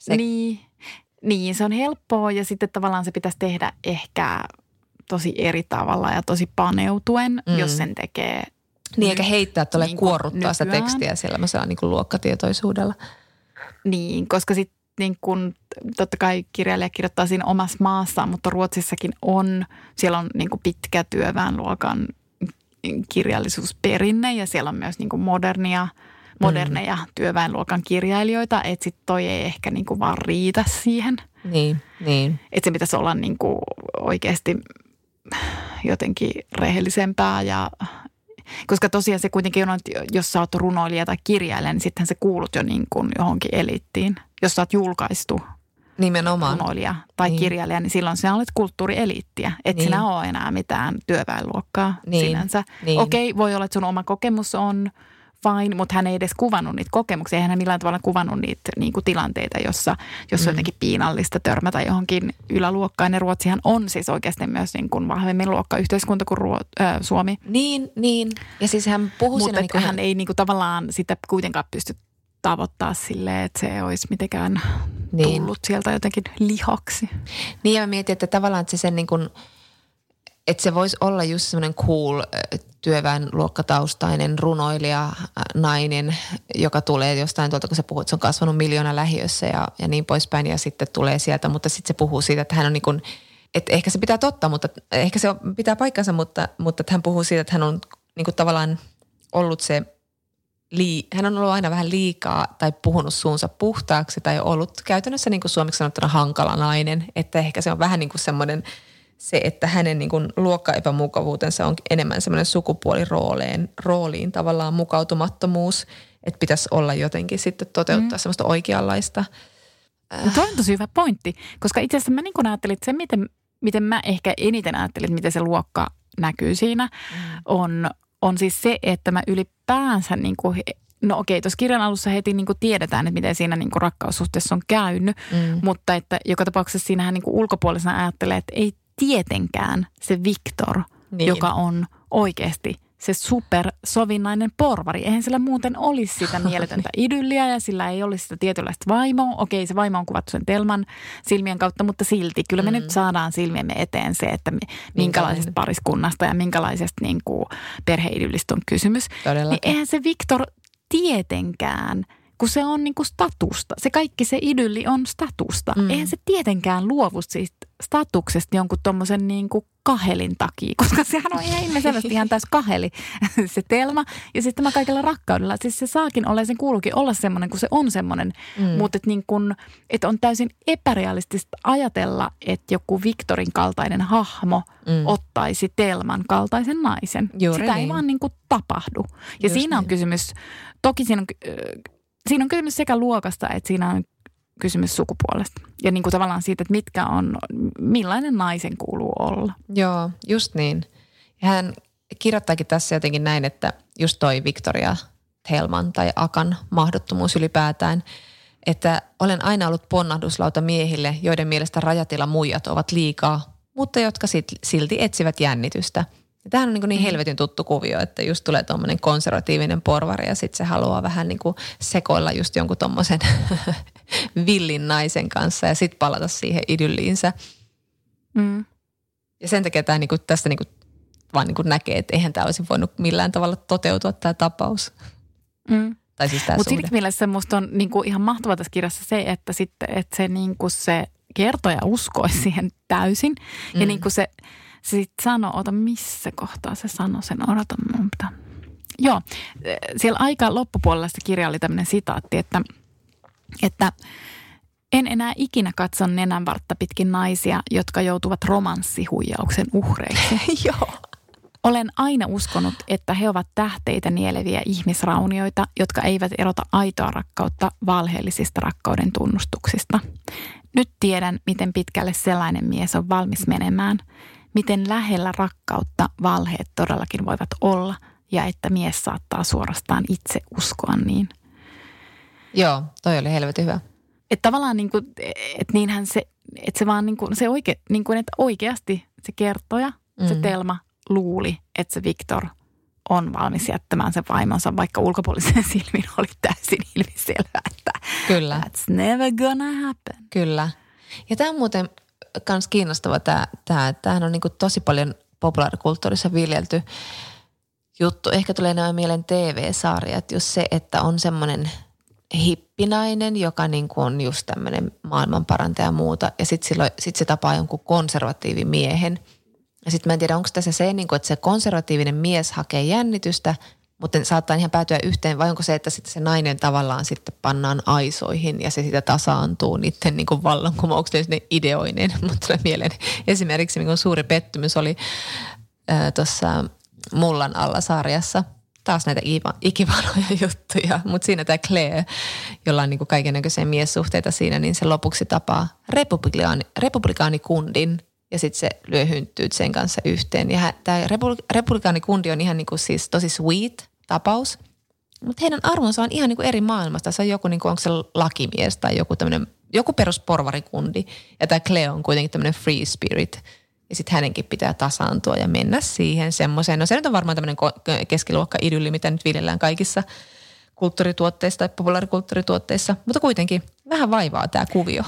Niin, se on helppoa ja sitten tavallaan se pitäisi tehdä ehkä tosi eri tavalla ja tosi paneutuen, jos sen tekee.
Niin, eikä heittää tuolle
niin
kuorruttaa sitä tekstiä sellaisella niin kuin luokkatietoisuudella.
Niin, koska sitten niin kun, totta kai kirjailija kirjoittaa siinä omassa maassaan, mutta Ruotsissakin siellä on niin kuin pitkä työväenluokan kirjallisuusperinne ja siellä on myös niin kuin moderneja työväenluokan kirjailijoita, että sitten toi ei ehkä niin kuin vaan riitä siihen.
Niin.
Että se pitäisi olla niin kuin oikeasti jotenkin rehellisempää ja koska tosiaan se kuitenkin on, että jos sä oot runoilija tai kirjailija, niin sittenhän se kuulut jo niin kuin johonkin eliittiin. Jos sä oot julkaistu
nimenomaan
runoilija tai kirjailija, niin silloin sinä olet kulttuurieliittiä. Et sinä ole enää mitään työväenluokkaa sinänsä. Okei, voi olla, että sun oma kokemus on fine, mutta hän ei edes kuvannut niitä kokemuksia. Eihän hän millään tavalla kuvannut niitä niin kuin tilanteita, jossa on jotenkin piinallista törmätä johonkin yläluokkaan. Ja Ruotsihan on siis oikeasti myös niin kuin vahvemmin luokkayhteiskunta kuin Suomi.
Niin. Ja siis hän puhui siinä.
Mutta hän ei niin kuin tavallaan sitä kuitenkaan pysty tavoittaa silleen, että se olisi mitenkään tullut sieltä jotenkin lihaksi.
Niin ja mä mietin, että tavallaan että se sen niin kuin, että se voisi olla just semmoinen cool työväenluokkataustainen runoilija, nainen, joka tulee jostain tuolta, kun sä puhut, että se on kasvanut miljoona lähiössä ja niin poispäin ja sitten tulee sieltä, mutta sitten se puhuu siitä, että hän on niin kuin, että ehkä se pitää totta, mutta ehkä se pitää paikkansa, mutta että hän puhuu siitä, että hän on niin kuin tavallaan ollut hän on ollut aina vähän liikaa tai puhunut suunsa puhtaaksi tai ollut käytännössä niin kuin suomeksi sanottuna hankala nainen, että ehkä se on vähän niin kuin semmoinen se, että hänen niin kuin luokkaepämukavuutensa on enemmän semmoinen sukupuolirooliin tavallaan mukautumattomuus, että pitäisi olla jotenkin sitten toteuttaa semmoista oikeanlaista.
Tuo on tosi hyvä pointti, koska itse asiassa mä niin kuin ajattelin, että se miten mä ehkä eniten ajattelin, että miten se luokka näkyy siinä, on siis se, että mä ylipäänsä niin kuin, no okei, tuossa kirjan alussa heti niin kuin tiedetään, että miten siinä niin kuin rakkaussuhteessa on käynyt, mutta että joka tapauksessa siinähän niin kuin ulkopuolisena ajattelee, että ei tietenkään se Victor, joka on oikeasti se supersovinnainen porvari. Eihän sillä muuten olisi sitä mieletöntä idylliä ja sillä ei olisi sitä tietynlaista vaimoa. Okei, se vaimo on kuvattu sen Telman silmien kautta, mutta silti kyllä me nyt saadaan silmiemme eteen se, että minkälaisesta pariskunnasta ja minkälaisesta niin kuin perheidyllistä on kysymys.
Todellakin.
Niin eihän se Victor tietenkään, kun se on niinku statusta. Se kaikki se idylli on statusta. Eihän se tietenkään luovu siitä statuksesta jonkun tommosen niinku kahelin takia, koska sehän on ihan ilmeisesti ihan täys kaheli, se Thelma. Ja sitten tämä kaikella rakkaudella, siis se saakin olla, sen kuuluukin olla semmoinen, kun se on semmoinen, mutta että on täysin epärealistista ajatella, että joku Victorin kaltainen hahmo ottaisi Thelman kaltaisen naisen.
Juuri
sitä
niin.
ei vaan niinku tapahdu. Ja
Just
siinä on
niin.
kysymys, toki siinä on kysymys sekä luokasta, että siinä on kysymys sukupuolesta. Ja niin kuin tavallaan siitä, että millainen naisen kuuluu olla.
Joo, just niin. Ja hän kirjoittaakin tässä jotenkin näin, että just toi Victoria Thelman tai Akan mahdottomuus ylipäätään, että olen aina ollut ponnahduslauta miehille, joiden mielestä rajatila muijat ovat liikaa, mutta jotka silti etsivät jännitystä. Ja tämähän on niin helvetin tuttu kuvio, että just tulee tuommoinen konservatiivinen porvari ja sitten se haluaa vähän niin kuin sekoilla just jonkun tommosen villin naisen kanssa ja sitten palata siihen idylliinsä. Ja sen takia tämä niin kuin tästä niin kuin vaan niin kuin näkee, että eihän tämä olisi voinut millään tavalla toteutua tämä tapaus. Tai siis tämä
Mutta
suhde.
siinä mielessä musta on niin kuin ihan mahtavaa tässä kirjassa se, että sitten että se, niin kuin se kertoja uskoisi siihen täysin. Ja niin kuin se sitten sanoo, missä kohtaa se sanoi sen, Joo, siellä aika loppupuolella sitä kirjaa oli tämmöinen sitaatti, että en enää ikinä katso nenänvartta pitkin naisia, jotka joutuvat romanssihuijauksen uhreiksi.
Joo.
Olen aina uskonut, että he ovat tähteitä nieleviä ihmisraunioita, jotka eivät erota aitoa rakkautta valheellisista rakkauden tunnustuksista. Nyt tiedän, miten pitkälle sellainen mies on valmis menemään, miten lähellä rakkautta valheet todellakin voivat olla ja että mies saattaa suorastaan itse uskoa niin.
Joo, toi oli helvetin hyvä.
Että tavallaan niin kuin, että niinhän se, että se vaan niin kuin, se niin kuin, että oikeasti se kertoja, se Thelma luuli, että se Victor on valmis jättämään sen vaimonsa, vaikka ulkopuolisen silmin oli täysin ilmiselvää, että
Kyllä.
That's never gonna happen.
Kyllä. Ja tämä on muuten myös kiinnostava tämähän on niin kuin tosi paljon populaarikulttuurissa viljelty juttu. Ehkä tulee nämä mieleen TV-sarjat, just se, että on semmoinen hippinainen, joka niin kuin on just tämmöinen maailmanparantaja ja muuta. Ja sitten se tapaa jonkun konservatiivimiehen. Ja sitten mä en tiedä, onko tässä se, niin kuin, että se konservatiivinen mies hakee jännitystä, mutta saattaa ihan päätyä yhteen, vai onko se, että sitten se nainen tavallaan sitten pannaan aisoihin ja se sitä tasaantuu niiden niin kuin vallankumouksellisen ideoinen. Mutta tulee mieleen esimerkiksi niin kuin suuri pettymys oli tuossa Mullan alla -sarjassa. Taas näitä ikivanhoja juttuja, mutta siinä tämä Claire, jolla on niin kuin kaikennäköisiä miessuhteita siinä, niin se lopuksi tapaa republikaanikundin ja sitten se lyö hynttyyt sen kanssa yhteen. Ja tämä republikaanikundi on ihan niin kuin siis tosi sweet tapaus, mutta heidän arvonsa on ihan niin kuin eri maailmasta. Se on joku, niin kuin, onko se lakimies tai joku perusporvarikundi ja tämä Claire on kuitenkin tämmöinen free spirit. Ja sitten hänenkin pitää tasaantua ja mennä siihen semmoiseen. No se nyt on varmaan tämmöinen keskiluokka-idylli, mitä nyt viljellään kaikissa kulttuurituotteissa tai populaarikulttuurituotteissa. Mutta kuitenkin vähän vaivaa tämä kuvio.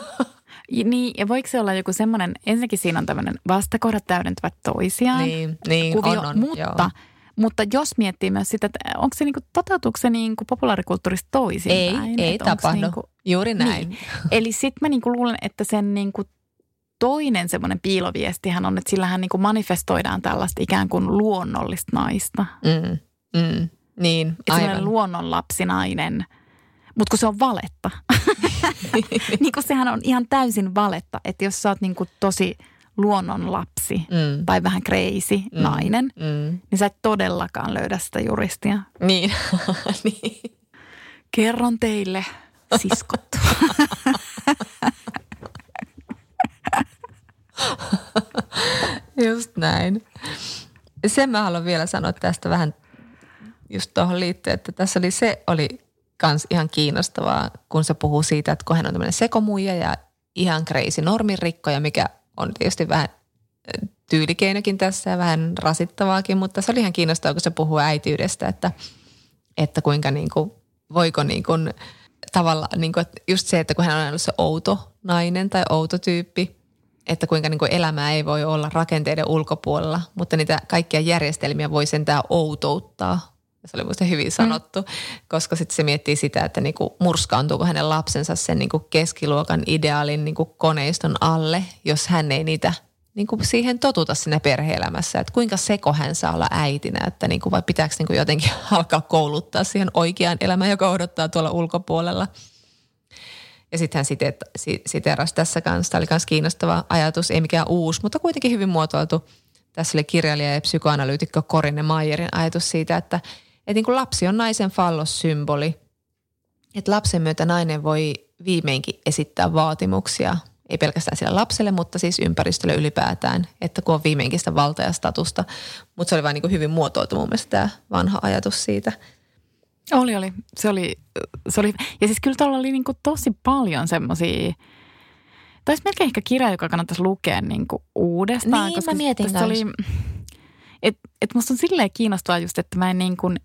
Niin, ja voiko se olla joku semmoinen, ensinnäkin siinä on tämmöinen vastakohdat täydentävät toisiaan
niin,
kuvio,
on,
mutta jos miettii myös sitä, että onko se toteutuuko se populaarikulttuurista toisinpäin?
Ei tapahdu. Juuri näin.
Niin. Eli sitten mä luulen, että sen toinen semmoinen piiloviestihän on, että sillähän manifestoidaan tällaista ikään kuin luonnollista naista.
Niin,
että semmoinen luonnonlapsinainen, mutta kun se on valetta. niin kun sehän on ihan täysin valetta, että jos sä oot tosi luonnonlapsi tai vähän crazy nainen, niin sä et todellakaan löydä sitä juristia.
Niin. niin.
Kerron teille, siskot.
Just näin. Sen mä haluan vielä sanoa tästä vähän just tuohon liittyen, että tässä oli kans ihan kiinnostavaa, kun se puhuu siitä, että kun hän on tämmöinen sekomuija ja ihan crazy norminrikkoja, mikä on tietysti vähän tyylikeinokin tässä ja vähän rasittavaakin, mutta se oli ihan kiinnostavaa, kun se puhuu äitiydestä, että kuinka voiko tavallaan, että just se, että kun hän on ollut se outo nainen tai outo tyyppi, että kuinka elämää ei voi olla rakenteiden ulkopuolella, mutta niitä kaikkia järjestelmiä voi sentään outouttaa. Se oli musta hyvin sanottu, koska sitten se miettii sitä, että niinku murskaantuuko hänen lapsensa sen niinku keskiluokan ideaalin niinku koneiston alle, jos hän ei niitä niinku siihen totuta siinä perhe-elämässä. Että kuinka seko hän saa olla äitinä, että niinku, vai pitääkö niinku jotenkin alkaa kouluttaa siihen oikeaan elämään, joka odottaa tuolla ulkopuolella. Ja sitten hän siteerasi tässä kanssa. Tämä oli myös kiinnostava ajatus, ei mikään uusi, mutta kuitenkin hyvin muotoiltu. Tässä oli kirjailija ja psykoanalyytikko Corinne Mayerin ajatus siitä, että niin kuin lapsi on naisen fallossymboli. Että lapsen myötä nainen voi viimeinkin esittää vaatimuksia, ei pelkästään sille lapselle, mutta siis ympäristölle ylipäätään, että kun on viimeinkin sitä valta ja statusta. Mutta se oli vain niin kuin hyvin muotoiltu mun mielestä tämä vanha ajatus siitä.
Oli. Se oli. Ja siis kyllä tuolla oli niin kuin tosi paljon semmoisia. Taisi melkein ehkä kirja, joka kannattaisi lukea niin kuin uudestaan.
Niin, mä mietin kanssa.
Että musta on silleen kiinnostavaa just, että mä en niin kuin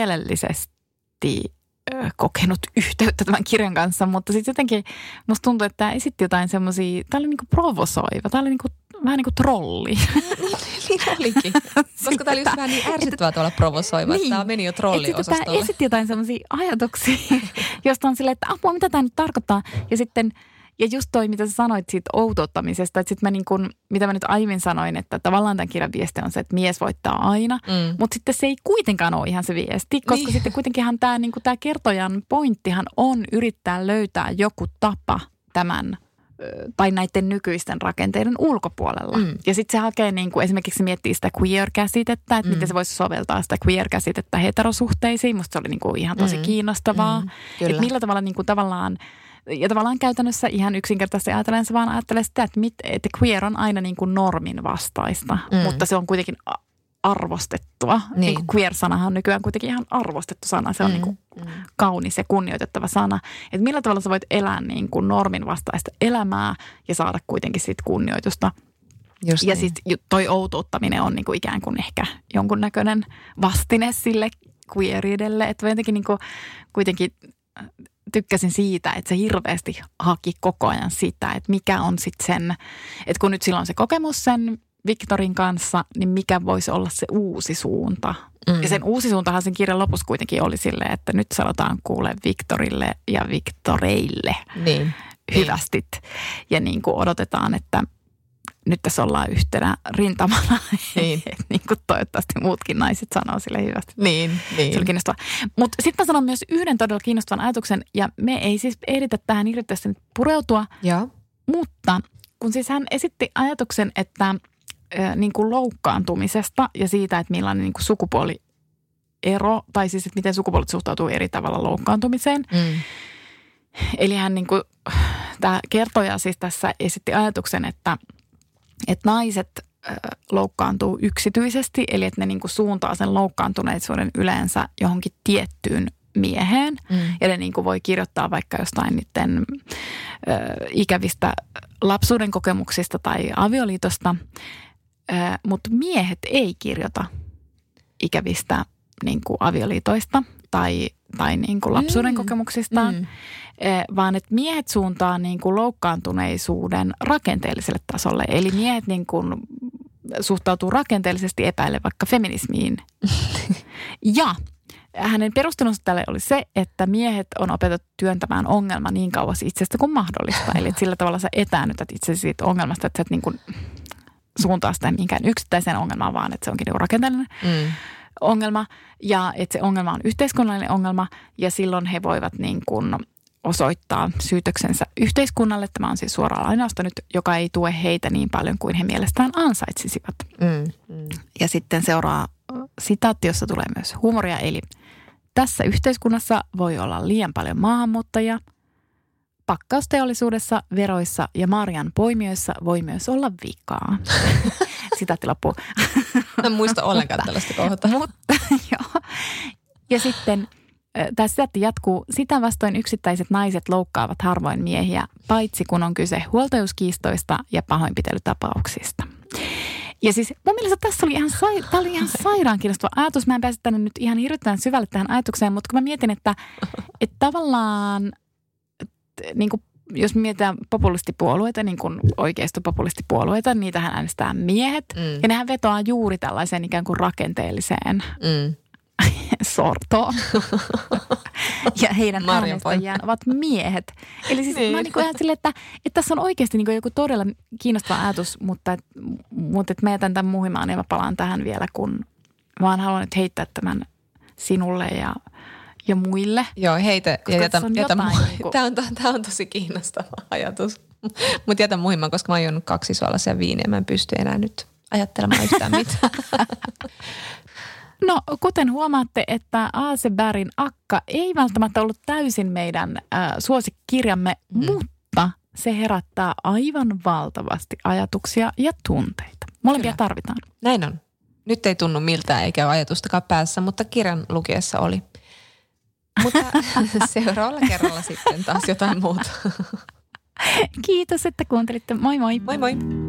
kielellisesti kokenut yhteyttä tämän kirjan kanssa, mutta sitten jotenkin musta tuntuu, että tämä esitti jotain semmoisia, tämä oli niin kuin provosoiva, tämä oli niin kuin, vähän niin kuin trolli.
Niin olikin, koska tämä oli just vähän niin ärsyttävää tuolla provosoiva, että tämä meni jo trolliosastolle.
Tämä esitti jotain semmoisia ajatuksia, josta on silleen, että apua, mitä tämä nyt tarkoittaa, ja sitten. Ja just toi, mitä sä sanoit siitä outouttamisesta, että sitten mä niin kuin, mitä mä nyt aiemmin sanoin, että tavallaan tämän kirjan viesti on se, että mies voittaa aina, mutta sitten se ei kuitenkaan ole ihan se viesti, koska niin. Sitten kuitenkinhan tämä niin kuin tämä kertojan pointtihan on yrittää löytää joku tapa tämän tai näiden nykyisten rakenteiden ulkopuolella. Ja sitten se hakee niin kuin, esimerkiksi se miettii sitä queer-käsitettä, että miten se voisi soveltaa sitä queer-käsitettä heterosuhteisiin. Musta se oli niin kuin ihan tosi kiinnostavaa. Että millä tavalla niin kuin tavallaan käytännössä ihan yksinkertaisesti ajatellen se vaan ajattelee sitä, että queer on aina niin kuin normin vastaista, mutta se on kuitenkin arvostettua. Niin kuin queer-sanahan on nykyään kuitenkin ihan arvostettu sana. Se on niin kuin kaunis ja kunnioitettava sana. Että millä tavalla sä voit elää niin kuin normin vastaista elämää ja saada kuitenkin siitä kunnioitusta. Just ja niin. Sitten toi outouttaminen on niin kuin ikään kuin ehkä jonkunnäköinen vastine sille queeridelle. Että jotenkin niin kuin kuitenkin tykkäsin siitä, että se hirveästi haki koko ajan sitä, että mikä on sitten sen, että kun nyt silloin se kokemus sen Victorin kanssa, niin mikä voisi olla se uusi suunta. Ja sen uusi suuntahan sen kirjan lopussa kuitenkin oli silleen, että nyt sanotaan kuule Victorille ja Victoreille hyvästit. Ja niin kuin odotetaan, että nyt tässä ollaan yhtenä rintamana. Niin kuin toivottavasti muutkin naiset sanoo sille hyvästi.
Niin.
Se oli kiinnostavaa. Mutta sitten mä sanon myös yhden todella kiinnostavan ajatuksen, ja me ei siis ehditä tähän hirveästi nyt pureutua.
Ja.
Mutta kun siis hän esitti ajatuksen, että niin kuin loukkaantumisesta ja siitä, että millainen niin kuin sukupuoliero, tai siis että miten sukupuolet suhtautuu eri tavalla loukkaantumiseen. Eli hän niin kuin, tämä kertoja siis tässä esitti ajatuksen, että naiset loukkaantuu yksityisesti, eli että ne niin kuin suuntaa sen loukkaantuneisuuden yleensä johonkin tiettyyn mieheen. Ja ne niin kuin voi kirjoittaa vaikka jostain niiden ikävistä lapsuuden kokemuksista tai avioliitosta, mutta miehet ei kirjoita ikävistä niin kuin avioliitoista tai niin kuin lapsuuden kokemuksistaan, vaan että miehet suuntaa niin kuin loukkaantuneisuuden rakenteelliselle tasolle. Eli miehet niin kuin suhtautuu rakenteellisesti epäille vaikka feminismiin. Ja hänen perustelunsa tälle oli se, että miehet on opetettu työntämään ongelma niin kauas itsestä kuin mahdollista. Eli sillä tavalla sä etäännytät itsesi siitä ongelmasta, että sä et niin kuin suuntaa sitä mihinkään yksittäiseen ongelmaan, vaan että se onkin niin rakenteellinen ongelma. Ja että se ongelma on yhteiskunnallinen ongelma ja silloin he voivat niin kuin osoittaa syytöksensä yhteiskunnalle. Tämä on siis suoraan lainausta nyt, joka ei tue heitä niin paljon kuin he mielestään ansaitsisivat. Ja sitten seuraa sitaatti, jossa tulee myös huumoria. Eli tässä yhteiskunnassa voi olla liian paljon maahanmuuttajia. Pakkausteollisuudessa, veroissa ja marjan poimijoissa voi myös olla vikaa. Sitaatti loppuu.
En muista ollenkaan tällaista kohtaa.
Mutta joo. Ja sitten tämä sitaatti jatkuu. Sitä vastoin yksittäiset naiset loukkaavat harvoin miehiä, paitsi kun on kyse huoltajuuskiistoista ja pahoinpitelytapauksista. Ja siis mun mielestä tässä oli ihan sairaan kiinnostava ajatus. Mä en pääse tänne nyt ihan hirveän syvälle tähän ajatukseen, mutta kun mä mietin, että tavallaan niin kuin, jos mietitään populistipuolueita, niin kuin oikeistopopulistipuolueita, niitähän äänestää miehet. Ja nehän vetoaa juuri tällaiseen ikään kuin rakenteelliseen sortoon. Ja heidän äänestäjään ovat miehet. Eli siis mä niin ajattelin, että tässä on oikeasti niin joku todella kiinnostava ajatus, mutta mä jätän tämän muhimaan ja mä palaan tähän vielä, kun vaan haluan nyt heittää tämän sinulle ja muille.
Joo, heitä ja jätä
niin
Tämä on tosi kiinnostava ajatus. Mutta jätä muhimaan, koska mä oon juonut 2 suolaisia viiniä ja mä en pysty enää nyt ajattelemaan yhtään mitään.
No, kuten huomaatte, että Asebergin Akka ei välttämättä ollut täysin meidän suosikkirjamme, mutta se herättää aivan valtavasti ajatuksia ja tunteita. Molempia tarvitaan.
Näin on. Nyt ei tunnu miltään eikä ole ajatustakaan päässä, mutta kirjan lukiessa oli. Mutta seuraavalla kerralla sitten taas jotain muuta.
Kiitos, että kuuntelitte. Moi moi.
Moi moi.